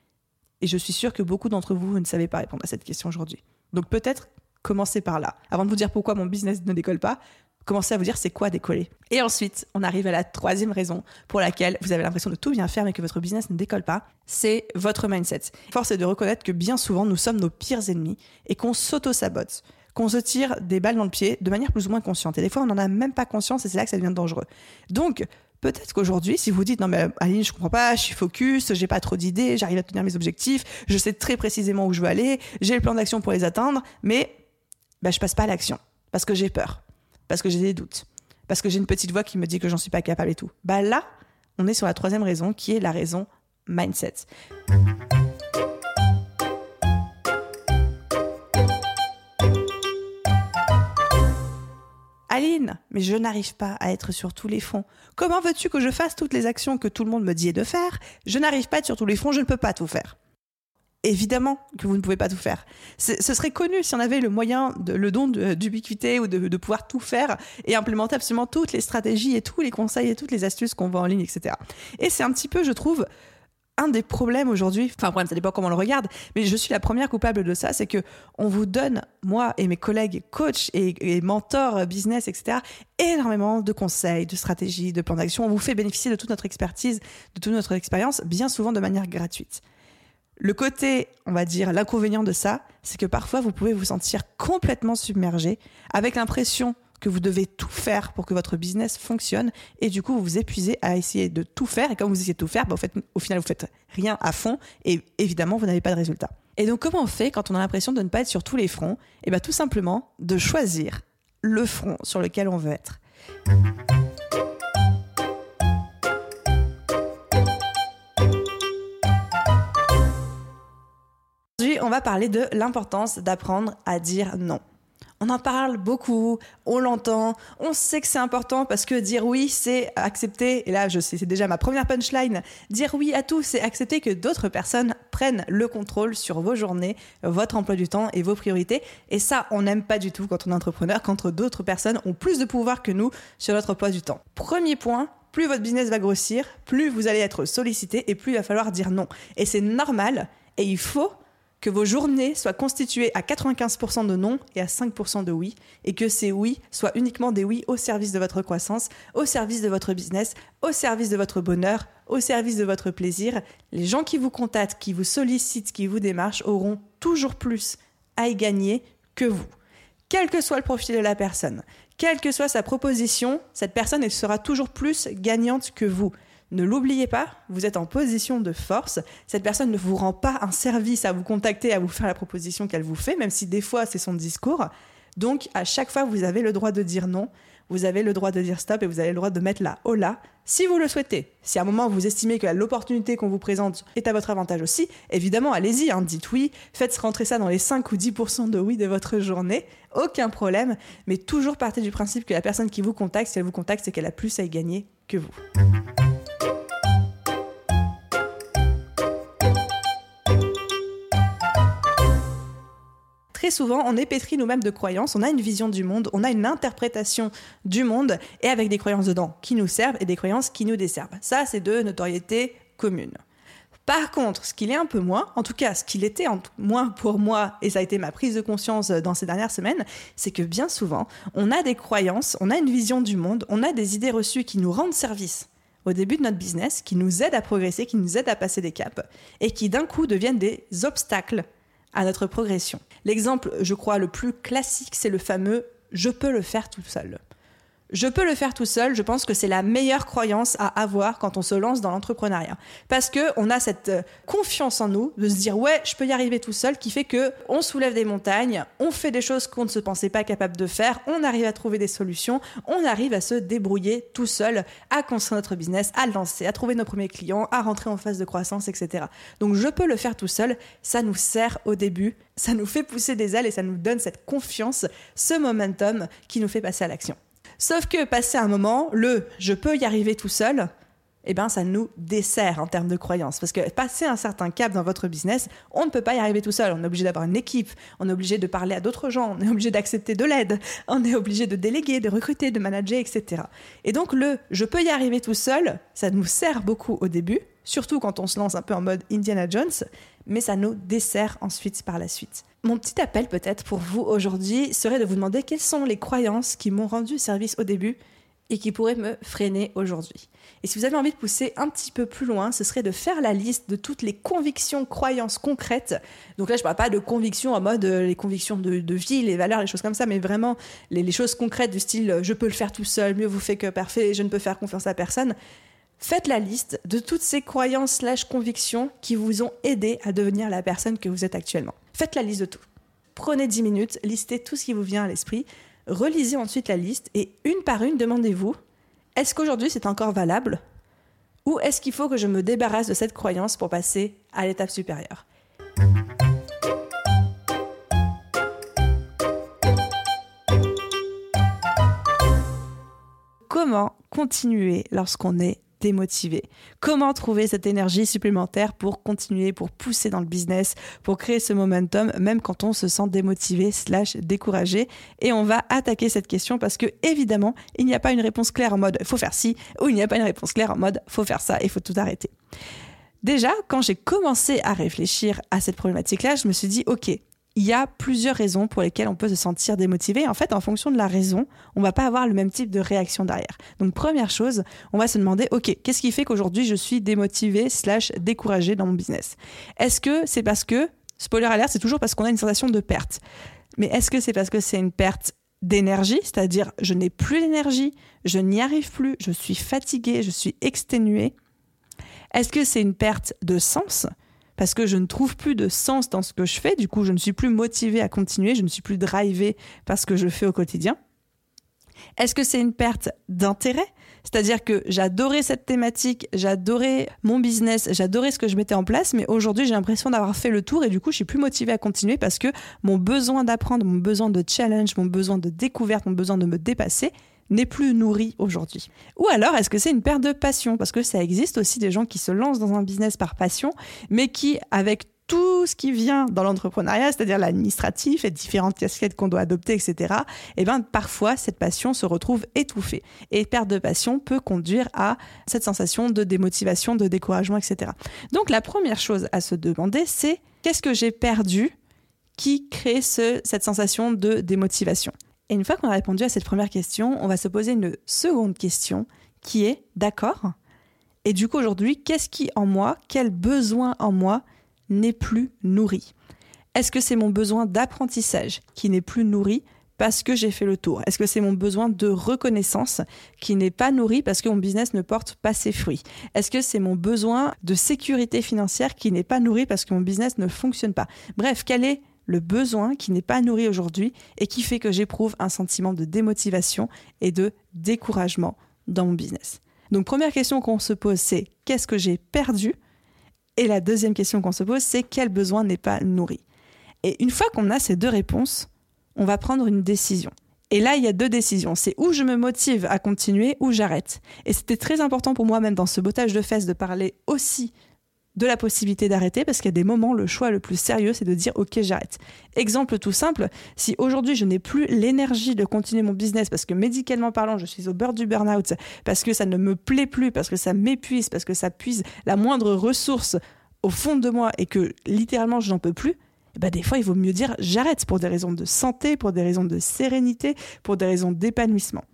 Et je suis sûre que beaucoup d'entre vous ne savez pas répondre à cette question aujourd'hui. Donc peut-être commencez par là. Avant de vous dire pourquoi mon business ne décolle pas, commencez à vous dire c'est quoi décoller. Et ensuite, on arrive à la troisième raison pour laquelle vous avez l'impression de tout bien faire mais que votre business ne décolle pas, c'est votre mindset. Force est de reconnaître que bien souvent, nous sommes nos pires ennemis et qu'on s'auto-sabote, qu'on se tire des balles dans le pied de manière plus ou moins consciente. Et des fois, on n'en a même pas conscience et c'est là que ça devient dangereux. Donc, peut-être qu'aujourd'hui, si vous dites « Non mais Aline, je comprends pas, je suis focus, j'ai pas trop d'idées, j'arrive à tenir mes objectifs, je sais très précisément où je veux aller, j'ai le plan d'action pour les atteindre, mais bah, je passe pas à l'action parce que j'ai peur, parce que j'ai des doutes, parce que j'ai une petite voix qui me dit que j'en suis pas capable et tout. » Bah là, on est sur la troisième raison qui est la raison mindset. Aline, mais je n'arrive pas à être sur tous les fronts. Comment veux-tu que je fasse toutes les actions que tout le monde me dit de faire ? Je n'arrive pas à être sur tous les fronts, je ne peux pas tout faire. Évidemment que vous ne pouvez pas tout faire. C'est, ce serait connu si on avait le moyen, de, le don de, d'ubiquité ou de, de pouvoir tout faire et implémenter absolument toutes les stratégies et tous les conseils et toutes les astuces qu'on voit en ligne, et cetera. Et c'est un petit peu, je trouve, un des problèmes aujourd'hui, enfin problème, ça dépend comment on le regarde, mais je suis la première coupable de ça, c'est que on vous donne, moi et mes collègues coachs et, et mentors business, et cetera, énormément de conseils, de stratégies, de plans d'action. On vous fait bénéficier de toute notre expertise, de toute notre expérience, bien souvent de manière gratuite. Le côté, on va dire, l'inconvénient de ça, c'est que parfois vous pouvez vous sentir complètement submergé, avec l'impression que vous devez tout faire pour que votre business fonctionne et du coup vous vous épuisez à essayer de tout faire et quand vous essayez de tout faire, bah, au, fait, au final vous faites rien à fond et évidemment vous n'avez pas de résultat. Et donc comment on fait quand on a l'impression de ne pas être sur tous les fronts ? Et bien tout simplement de choisir le front sur lequel on veut être. Aujourd'hui on va parler de l'importance d'apprendre à dire non. On en parle beaucoup, on l'entend, on sait que c'est important parce que dire oui, c'est accepter, et là je sais, c'est déjà ma première punchline, dire oui à tout, c'est accepter que d'autres personnes prennent le contrôle sur vos journées, votre emploi du temps et vos priorités. Et ça, on n'aime pas du tout quand on est entrepreneur, quand d'autres personnes ont plus de pouvoir que nous sur notre emploi du temps. Premier point, plus votre business va grossir, plus vous allez être sollicité et plus il va falloir dire non. Et c'est normal et il faut que vos journées soient constituées à quatre-vingt-quinze pour cent de non et à cinq pour cent de oui, et que ces oui soient uniquement des oui au service de votre croissance, au service de votre business, au service de votre bonheur, au service de votre plaisir. Les gens qui vous contactent, qui vous sollicitent, qui vous démarchent auront toujours plus à y gagner que vous. Quel que soit le profil de la personne, quelle que soit sa proposition, cette personne elle sera toujours plus gagnante que vous. Ne l'oubliez pas, vous êtes en position de force. Cette personne ne vous rend pas un service à vous contacter, à vous faire la proposition qu'elle vous fait, même si des fois c'est son discours. Donc, à chaque fois, vous avez le droit de dire non, vous avez le droit de dire stop et vous avez le droit de mettre la hola si vous le souhaitez. Si à un moment vous estimez que l'opportunité qu'on vous présente est à votre avantage aussi, évidemment, allez-y, hein, dites oui, faites rentrer ça dans les cinq ou dix pour cent de oui de votre journée, aucun problème, mais toujours partez du principe que la personne qui vous contacte, si elle vous contacte, c'est qu'elle a plus à y gagner que vous. Très souvent, on est pétri nous-mêmes de croyances, on a une vision du monde, on a une interprétation du monde, et avec des croyances dedans qui nous servent et des croyances qui nous desservent. Ça, c'est de notoriété commune. Par contre, ce qu'il est un peu moins, en tout cas ce qu'il était en tout, moins pour moi, et ça a été ma prise de conscience dans ces dernières semaines, c'est que bien souvent, on a des croyances, on a une vision du monde, on a des idées reçues qui nous rendent service au début de notre business, qui nous aident à progresser, qui nous aident à passer des caps, et qui d'un coup deviennent des obstacles à notre progression. L'exemple, je crois, le plus classique, c'est le fameux « je peux le faire tout seul ». Je peux le faire tout seul, je pense que c'est la meilleure croyance à avoir quand on se lance dans l'entrepreneuriat. Parce qu'on a cette confiance en nous de se dire « ouais, je peux y arriver tout seul » qui fait qu'on soulève des montagnes, on fait des choses qu'on ne se pensait pas capable de faire, on arrive à trouver des solutions, on arrive à se débrouiller tout seul, à construire notre business, à le lancer, à trouver nos premiers clients, à rentrer en phase de croissance, et cetera. Donc je peux le faire tout seul, ça nous sert au début, ça nous fait pousser des ailes et ça nous donne cette confiance, ce momentum qui nous fait passer à l'action. Sauf que passer un moment, le « je peux y arriver tout seul », eh ben, ça nous dessert en termes de croyances. Parce que passer un certain cap dans votre business, on ne peut pas y arriver tout seul. On est obligé d'avoir une équipe, on est obligé de parler à d'autres gens, on est obligé d'accepter de l'aide, on est obligé de déléguer, de recruter, de manager, et cetera. Et donc le « je peux y arriver tout seul », ça nous sert beaucoup au début, surtout quand on se lance un peu en mode Indiana Jones, mais ça nous dessert ensuite par la suite. Mon petit appel peut-être pour vous aujourd'hui serait de vous demander quelles sont les croyances qui m'ont rendu service au début et qui pourraient me freiner aujourd'hui. Et si vous avez envie de pousser un petit peu plus loin, ce serait de faire la liste de toutes les convictions, croyances concrètes. Donc là, je ne parle pas de convictions en mode euh, les convictions de, de vie, les valeurs, les choses comme ça, mais vraiment les, les choses concrètes du style « je peux le faire tout seul, mieux vous fait que parfait, je ne peux faire confiance à personne ». Faites la liste de toutes ces croyances slash convictions qui vous ont aidé à devenir la personne que vous êtes actuellement. Faites la liste de tout. Prenez dix minutes, listez tout ce qui vous vient à l'esprit, relisez ensuite la liste et une par une, demandez-vous, est-ce qu'aujourd'hui c'est encore valable ou est-ce qu'il faut que je me débarrasse de cette croyance pour passer à l'étape supérieure ? Comment continuer lorsqu'on est démotivé? Comment trouver cette énergie supplémentaire pour continuer, pour pousser dans le business, pour créer ce momentum, même quand on se sent démotivé slash découragé? Et on va attaquer cette question parce que, évidemment, il n'y a pas une réponse claire en mode « faut faire ci » ou il n'y a pas une réponse claire en mode « faut faire ça » et « faut tout arrêter ». Déjà, quand j'ai commencé à réfléchir à cette problématique-là, je me suis dit « ok ». Il y a plusieurs raisons pour lesquelles on peut se sentir démotivé. En fait, en fonction de la raison, on ne va pas avoir le même type de réaction derrière. Donc, première chose, on va se demander, OK, qu'est-ce qui fait qu'aujourd'hui, je suis démotivé slash découragé dans mon business? Est-ce que c'est parce que, spoiler alert, c'est toujours parce qu'on a une sensation de perte. Mais est-ce que c'est parce que c'est une perte d'énergie, c'est-à-dire je n'ai plus d'énergie, je n'y arrive plus, je suis fatigué, je suis exténué? Est-ce que c'est une perte de sens ? Parce que je ne trouve plus de sens dans ce que je fais, du coup je ne suis plus motivée à continuer, je ne suis plus drivée par ce que je fais au quotidien. Est-ce que c'est une perte d'intérêt ? C'est-à-dire que j'adorais cette thématique, j'adorais mon business, j'adorais ce que je mettais en place, mais aujourd'hui j'ai l'impression d'avoir fait le tour et du coup je suis plus motivée à continuer parce que mon besoin d'apprendre, mon besoin de challenge, mon besoin de découverte, mon besoin de me dépasser n'est plus nourri aujourd'hui. Ou alors, est-ce que c'est une perte de passion ? Parce que ça existe aussi des gens qui se lancent dans un business par passion, mais qui, avec tout ce qui vient dans l'entrepreneuriat, c'est-à-dire l'administratif, les différentes casquettes qu'on doit adopter, et cetera, eh ben, parfois, cette passion se retrouve étouffée. Et perte de passion peut conduire à cette sensation de démotivation, de découragement, et cetera. Donc, la première chose à se demander, c'est qu'est-ce que j'ai perdu qui crée ce, cette sensation de démotivation ? Et une fois qu'on a répondu à cette première question, on va se poser une seconde question qui est « d'accord ?» Et du coup, aujourd'hui, qu'est-ce qui en moi, quel besoin en moi n'est plus nourri ? Est-ce que c'est mon besoin d'apprentissage qui n'est plus nourri parce que j'ai fait le tour ? Est-ce que c'est mon besoin de reconnaissance qui n'est pas nourri parce que mon business ne porte pas ses fruits ? Est-ce que c'est mon besoin de sécurité financière qui n'est pas nourri parce que mon business ne fonctionne pas ? Bref, quel est le besoin qui n'est pas nourri aujourd'hui et qui fait que j'éprouve un sentiment de démotivation et de découragement dans mon business. Donc première question qu'on se pose, c'est qu'est-ce que j'ai perdu ? Et la deuxième question qu'on se pose, c'est quel besoin n'est pas nourri ? Et une fois qu'on a ces deux réponses, on va prendre une décision. Et là, il y a deux décisions. C'est où je me motive à continuer ou j'arrête. Et c'était très important pour moi, même dans ce bottage de fesses, de parler aussi de la possibilité d'arrêter, parce qu'il y a des moments, le choix le plus sérieux, c'est de dire « Ok, j'arrête ». Exemple tout simple, si aujourd'hui je n'ai plus l'énergie de continuer mon business, parce que médicalement parlant, je suis au bord du burn-out, parce que ça ne me plaît plus, parce que ça m'épuise, parce que ça puise la moindre ressource au fond de moi et que littéralement je n'en peux plus, et ben des fois, il vaut mieux dire « j'arrête » pour des raisons de santé, pour des raisons de sérénité, pour des raisons d'épanouissement.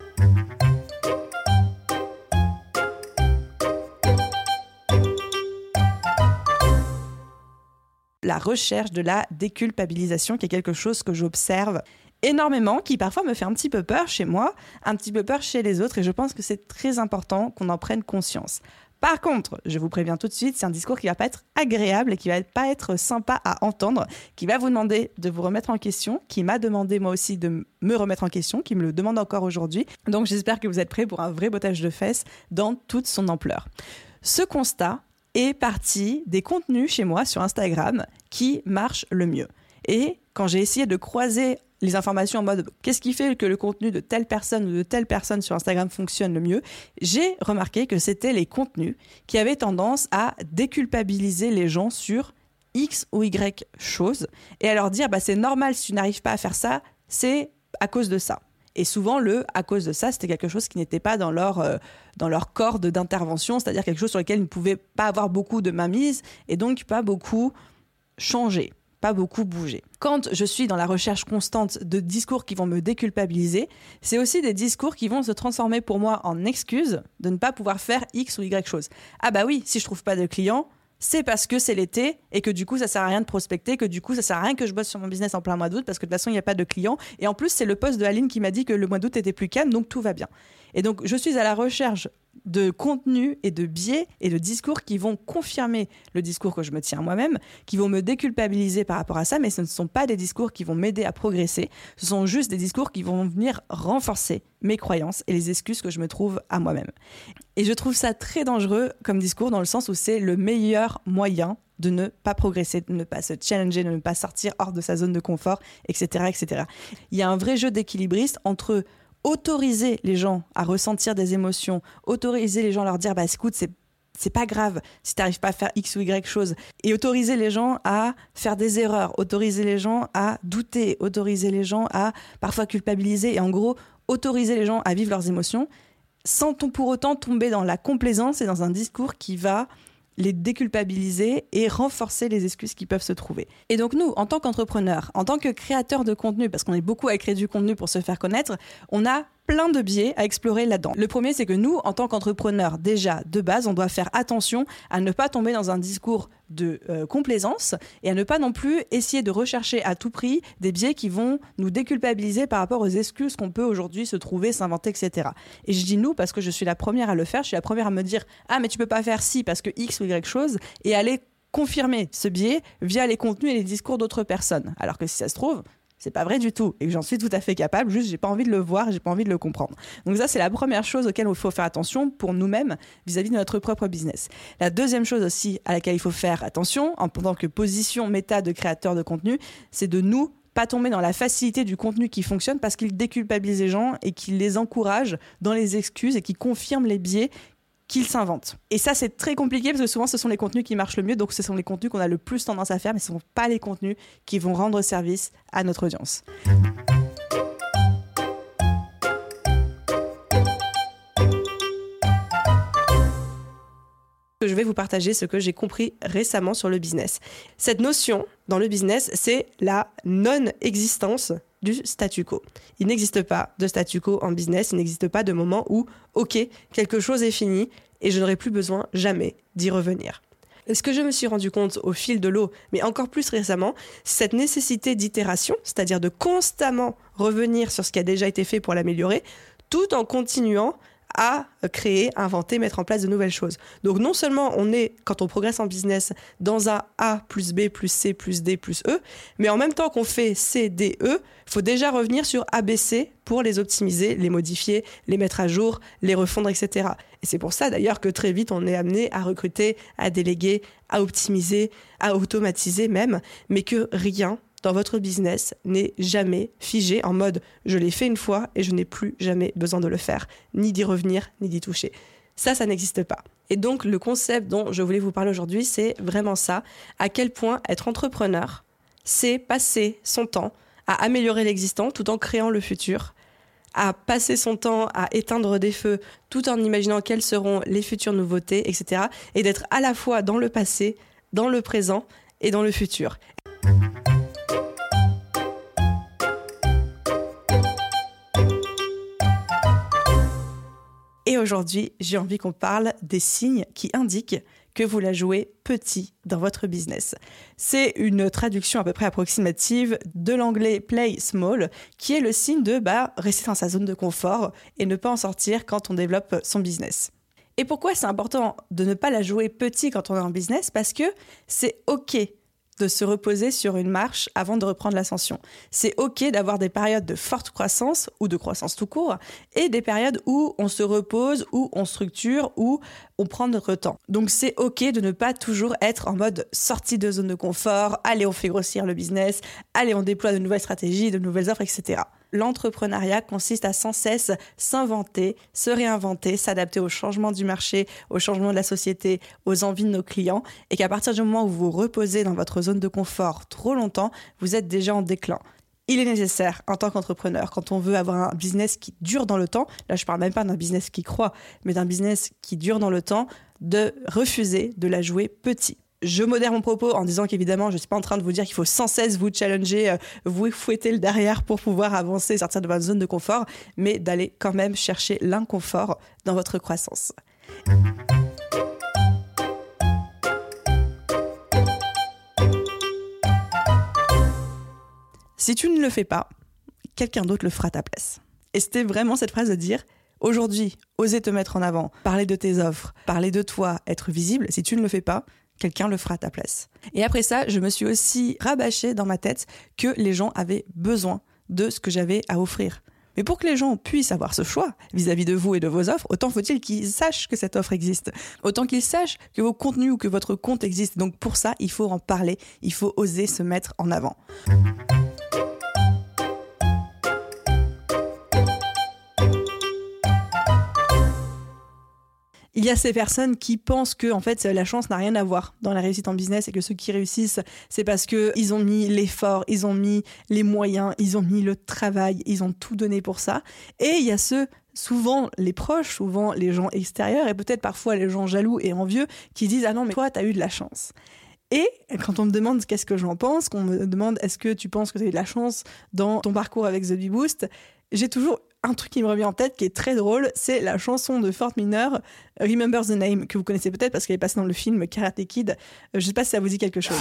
La recherche de la déculpabilisation, qui est quelque chose que j'observe énormément, qui parfois me fait un petit peu peur chez moi, un petit peu peur chez les autres, et je pense que c'est très important qu'on en prenne conscience. Par contre, je vous préviens tout de suite, c'est un discours qui va pas être agréable et qui va pas être sympa à entendre, qui va vous demander de vous remettre en question, qui m'a demandé moi aussi de me remettre en question, qui me le demande encore aujourd'hui. Donc j'espère que vous êtes prêts pour un vrai bottage de fesses dans toute son ampleur. Ce constat est parti des contenus chez moi sur Instagram qui marchent le mieux. Et quand j'ai essayé de croiser les informations en mode qu'est-ce qui fait que le contenu de telle personne ou de telle personne sur Instagram fonctionne le mieux, j'ai remarqué que c'était les contenus qui avaient tendance à déculpabiliser les gens sur X ou Y choses et à leur dire bah, c'est normal si tu n'arrives pas à faire ça, c'est à cause de ça. Et souvent, le « à cause de ça », c'était quelque chose qui n'était pas dans leur, euh, dans leur corde d'intervention, c'est-à-dire quelque chose sur lequel ils ne pouvaient pas avoir beaucoup de mainmise et donc pas beaucoup changer, pas beaucoup bouger. Quand je suis dans la recherche constante de discours qui vont me déculpabiliser, c'est aussi des discours qui vont se transformer pour moi en excuses de ne pas pouvoir faire X ou Y chose. Ah bah oui, si je trouve pas de clients, c'est parce que c'est l'été et que du coup ça sert à rien de prospecter, que du coup ça sert à rien que je bosse sur mon business en plein mois d'août parce que de toute façon il n'y a pas de clients et en plus c'est le post de Aline qui m'a dit que le mois d'août était plus calme donc tout va bien. Et donc je suis à la recherche de contenu et de biais et de discours qui vont confirmer le discours que je me tiens moi-même, qui vont me déculpabiliser par rapport à ça, mais ce ne sont pas des discours qui vont m'aider à progresser, ce sont juste des discours qui vont venir renforcer mes croyances et les excuses que je me trouve à moi-même. Et je trouve ça très dangereux comme discours dans le sens où c'est le meilleur moyen de ne pas progresser, de ne pas se challenger, de ne pas sortir hors de sa zone de confort, et cetera, et cetera. Il y a un vrai jeu d'équilibriste entre autoriser les gens à ressentir des émotions, autoriser les gens à leur dire bah écoute c'est c'est pas grave si t'arrives pas à faire X ou Y chose, et autoriser les gens à faire des erreurs, autoriser les gens à douter, autoriser les gens à parfois culpabiliser et en gros autoriser les gens à vivre leurs émotions sans pour autant tomber dans la complaisance et dans un discours qui va les déculpabiliser et renforcer les excuses qui peuvent se trouver. Et donc nous, en tant qu'entrepreneurs, en tant que créateurs de contenu, parce qu'on est beaucoup à créer du contenu pour se faire connaître, on a plein de biais à explorer là-dedans. Le premier, c'est que nous, en tant qu'entrepreneurs, déjà, de base, on doit faire attention à ne pas tomber dans un discours de euh, complaisance et à ne pas non plus essayer de rechercher à tout prix des biais qui vont nous déculpabiliser par rapport aux excuses qu'on peut aujourd'hui se trouver, s'inventer, et cetera. Et je dis nous parce que je suis la première à le faire, je suis la première à me dire « Ah, mais tu peux pas faire ci parce que X ou Y chose » et aller confirmer ce biais via les contenus et les discours d'autres personnes. Alors que si ça se trouve, c'est pas vrai du tout et que j'en suis tout à fait capable, juste j'ai pas envie de le voir, j'ai pas envie de le comprendre. Donc ça, c'est la première chose auquel il faut faire attention pour nous-mêmes vis-à-vis de notre propre business. La deuxième chose aussi à laquelle il faut faire attention en tant que position méta de créateur de contenu, c'est de nous pas tomber dans la facilité du contenu qui fonctionne parce qu'il déculpabilise les gens et qu'il les encourage dans les excuses et qui confirme les biais qu'ils s'inventent. Et ça, c'est très compliqué parce que souvent, ce sont les contenus qui marchent le mieux, donc ce sont les contenus qu'on a le plus tendance à faire, mais ce ne sont pas les contenus qui vont rendre service à notre audience. Je vais vous partager ce que j'ai compris récemment sur le business. Cette notion dans le business, c'est la non-existence du statu quo. Il n'existe pas de statu quo en business, il n'existe pas de moment où, ok, quelque chose est fini et je n'aurai plus besoin jamais d'y revenir. Et ce que je me suis rendu compte au fil de l'eau, mais encore plus récemment, c'est cette nécessité d'itération, c'est-à-dire de constamment revenir sur ce qui a déjà été fait pour l'améliorer, tout en continuant à créer, inventer, mettre en place de nouvelles choses. Donc non seulement on est, quand on progresse en business, dans un A plus B plus C plus D plus E, mais en même temps qu'on fait C, D, E, il faut déjà revenir sur A, B, C pour les optimiser, les modifier, les mettre à jour, les refondre, et cetera. Et c'est pour ça d'ailleurs que très vite on est amené à recruter, à déléguer, à optimiser, à automatiser même, mais que rien dans votre business n'est jamais figé en mode « je l'ai fait une fois et je n'ai plus jamais besoin de le faire », ni d'y revenir, ni d'y toucher. Ça, ça n'existe pas. Et donc, le concept dont je voulais vous parler aujourd'hui, c'est vraiment ça. À quel point être entrepreneur, c'est passer son temps à améliorer l'existant tout en créant le futur, à passer son temps à éteindre des feux tout en imaginant quelles seront les futures nouveautés, et cetera. Et d'être à la fois dans le passé, dans le présent et dans le futur. Et aujourd'hui, j'ai envie qu'on parle des signes qui indiquent que vous la jouez petit dans votre business. C'est une traduction à peu près approximative de l'anglais play small, qui est le signe de bah, rester dans sa zone de confort et ne pas en sortir quand on développe son business. Et pourquoi c'est important de ne pas la jouer petit quand on est en business ? Parce que c'est OK de se reposer sur une marche avant de reprendre l'ascension. C'est OK d'avoir des périodes de forte croissance ou de croissance tout court et des périodes où on se repose, où on structure, où on prend notre temps. Donc c'est OK de ne pas toujours être en mode sortie de zone de confort, allez on fait grossir le business, allez on déploie de nouvelles stratégies, de nouvelles offres, et cetera. L'entrepreneuriat consiste à sans cesse s'inventer, se réinventer, s'adapter aux changements du marché, aux changements de la société, aux envies de nos clients, et qu'à partir du moment où vous vous reposez dans votre zone de confort trop longtemps, vous êtes déjà en déclin. Il est nécessaire, en tant qu'entrepreneur, quand on veut avoir un business qui dure dans le temps, là je parle même pas d'un business qui croît, mais d'un business qui dure dans le temps, de refuser de la jouer petit. Je modère mon propos en disant qu'évidemment, je ne suis pas en train de vous dire qu'il faut sans cesse vous challenger, euh, vous fouetter le derrière pour pouvoir avancer, sortir de votre zone de confort, mais d'aller quand même chercher l'inconfort dans votre croissance. Si tu ne le fais pas, quelqu'un d'autre le fera à ta place. Et c'était vraiment cette phrase de dire « Aujourd'hui, oser te mettre en avant, parler de tes offres, parler de toi, être visible, si tu ne le fais pas, quelqu'un le fera à ta place. » Et après ça, je me suis aussi rabâché dans ma tête que les gens avaient besoin de ce que j'avais à offrir. Mais pour que les gens puissent avoir ce choix vis-à-vis de vous et de vos offres, autant faut-il qu'ils sachent que cette offre existe. Autant qu'ils sachent que vos contenus ou que votre compte existe. Donc pour ça, il faut en parler, il faut oser se mettre en avant. Il y a ces personnes qui pensent que en fait, la chance n'a rien à voir dans la réussite en business et que ceux qui réussissent, c'est parce qu'ils ont mis l'effort, ils ont mis les moyens, ils ont mis le travail, ils ont tout donné pour ça. Et il y a ceux, souvent les proches, souvent les gens extérieurs et peut-être parfois les gens jaloux et envieux qui disent « Ah non, mais toi, t'as eu de la chance ». Et quand on me demande qu'est-ce que j'en pense, qu'on me demande est-ce que tu penses que tu as eu de la chance dans ton parcours avec The Bee Boost, j'ai toujours un truc qui me revient en tête qui est très drôle, c'est la chanson de Fort Minor, Remember the Name, que vous connaissez peut-être parce qu'elle est passée dans le film Karate Kid. Je ne sais pas si ça vous dit quelque chose.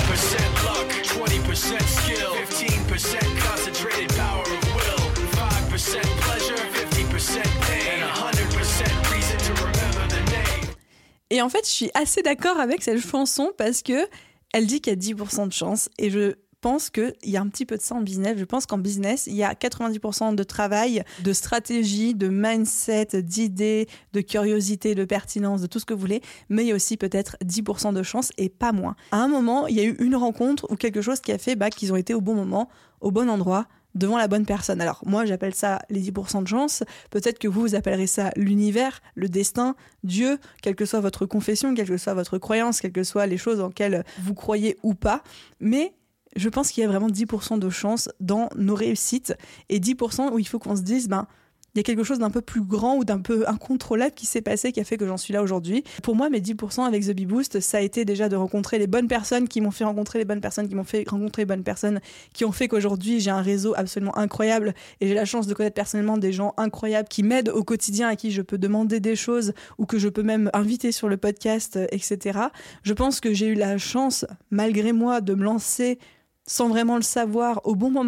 Et en fait, je suis assez d'accord avec cette chanson parce que elle dit qu'il y a dix pour cent de chance et je Je pense qu'il y a un petit peu de ça en business. Je pense qu'en business, il y a quatre-vingt-dix pour cent de travail, de stratégie, de mindset, d'idées, de curiosité, de pertinence, de tout ce que vous voulez. Mais il y a aussi peut-être dix pour cent de chance et pas moins. À un moment, il y a eu une rencontre ou quelque chose qui a fait bah, qu'ils ont été au bon moment, au bon endroit, devant la bonne personne. Alors moi, j'appelle ça les dix pour cent de chance. Peut-être que vous, vous appellerez ça l'univers, le destin, Dieu, quelle que soit votre confession, quelle que soit votre croyance, quelles que soient les choses en lesquelles vous croyez ou pas. Mais je pense qu'il y a vraiment dix pour cent de chance dans nos réussites et dix pour cent où il faut qu'on se dise ben, il y a quelque chose d'un peu plus grand ou d'un peu incontrôlable qui s'est passé, qui a fait que j'en suis là aujourd'hui. Pour moi, mes dix pour cent avec The Bee Boost, ça a été déjà de rencontrer les bonnes personnes qui m'ont fait rencontrer les bonnes personnes, qui m'ont fait rencontrer les bonnes personnes, qui ont fait qu'aujourd'hui, j'ai un réseau absolument incroyable et j'ai la chance de connaître personnellement des gens incroyables qui m'aident au quotidien, à qui je peux demander des choses ou que je peux même inviter sur le podcast, et cetera. Je pense que j'ai eu la chance, malgré moi, de me lancer sans vraiment le savoir au bon moment,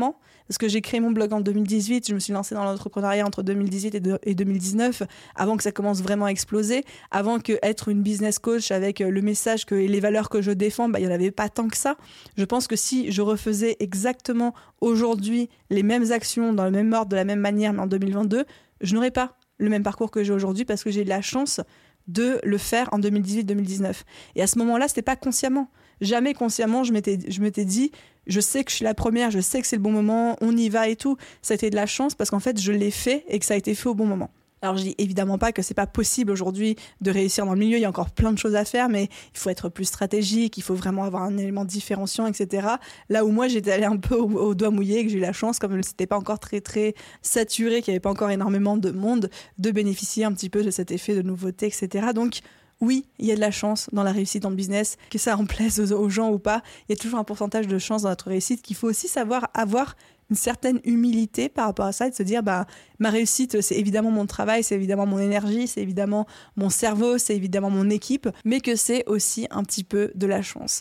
Parce que j'ai créé mon blog en deux mille dix-huit, je me suis lancée dans l'entrepreneuriat entre deux mille dix-huit et, de, et deux mille dix-neuf, avant que ça commence vraiment à exploser, avant que être une business coach avec le message que, et les valeurs que je défends, bah, il n'y en avait pas tant que ça. Je pense que si je refaisais exactement aujourd'hui les mêmes actions dans le même ordre, de la même manière, mais en deux mille vingt-deux, je n'aurais pas le même parcours que j'ai aujourd'hui parce que j'ai eu la chance de le faire en deux mille dix-huit deux mille dix-neuf. Et à ce moment-là, c'était pas consciemment. Jamais consciemment, je m'étais, je m'étais dit, je sais que je suis la première, je sais que c'est le bon moment, on y va et tout. Ça a été de la chance parce qu'en fait, je l'ai fait et que ça a été fait au bon moment. Alors, je dis évidemment pas que c'est pas possible aujourd'hui de réussir dans le milieu. Il y a encore plein de choses à faire, mais il faut être plus stratégique, il faut vraiment avoir un élément différenciant, et cetera. Là où moi, j'étais allée un peu au, au doigt mouillé, que j'ai eu la chance, comme c'était pas encore très, très saturé, qu'il n'y avait pas encore énormément de monde, de bénéficier un petit peu de cet effet de nouveauté, et cetera. Donc, oui, il y a de la chance dans la réussite dans le business, que ça en plaise aux, aux gens ou pas. Il y a toujours un pourcentage de chance dans notre réussite qu'il faut aussi savoir avoir une certaine humilité par rapport à ça et de se dire bah ma réussite c'est évidemment mon travail, c'est évidemment mon énergie, c'est évidemment mon cerveau, c'est évidemment mon équipe, mais que c'est aussi un petit peu de la chance.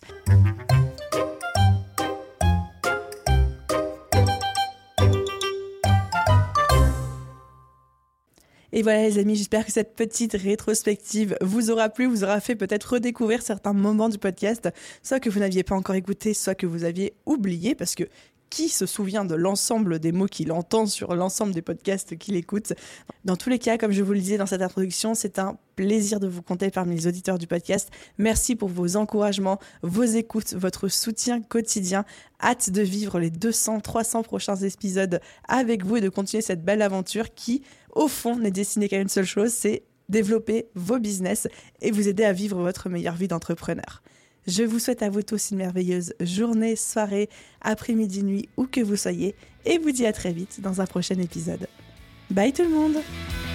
Et voilà les amis, j'espère que cette petite rétrospective vous aura plu, vous aura fait peut-être redécouvrir certains moments du podcast, soit que vous n'aviez pas encore écouté, soit que vous aviez oublié, parce que qui se souvient de l'ensemble des mots qu'il entend sur l'ensemble des podcasts qu'il écoute? Dans tous les cas, comme je vous le disais dans cette introduction, c'est un plaisir de vous compter parmi les auditeurs du podcast. Merci pour vos encouragements, vos écoutes, votre soutien quotidien. Hâte de vivre les deux cents, trois cents prochains épisodes avec vous et de continuer cette belle aventure qui, au fond, n'est destinée qu'à une seule chose, c'est développer vos business et vous aider à vivre votre meilleure vie d'entrepreneur. Je vous souhaite à vous tous une merveilleuse journée, soirée, après-midi, nuit, où que vous soyez, et vous dis à très vite dans un prochain épisode. Bye tout le monde!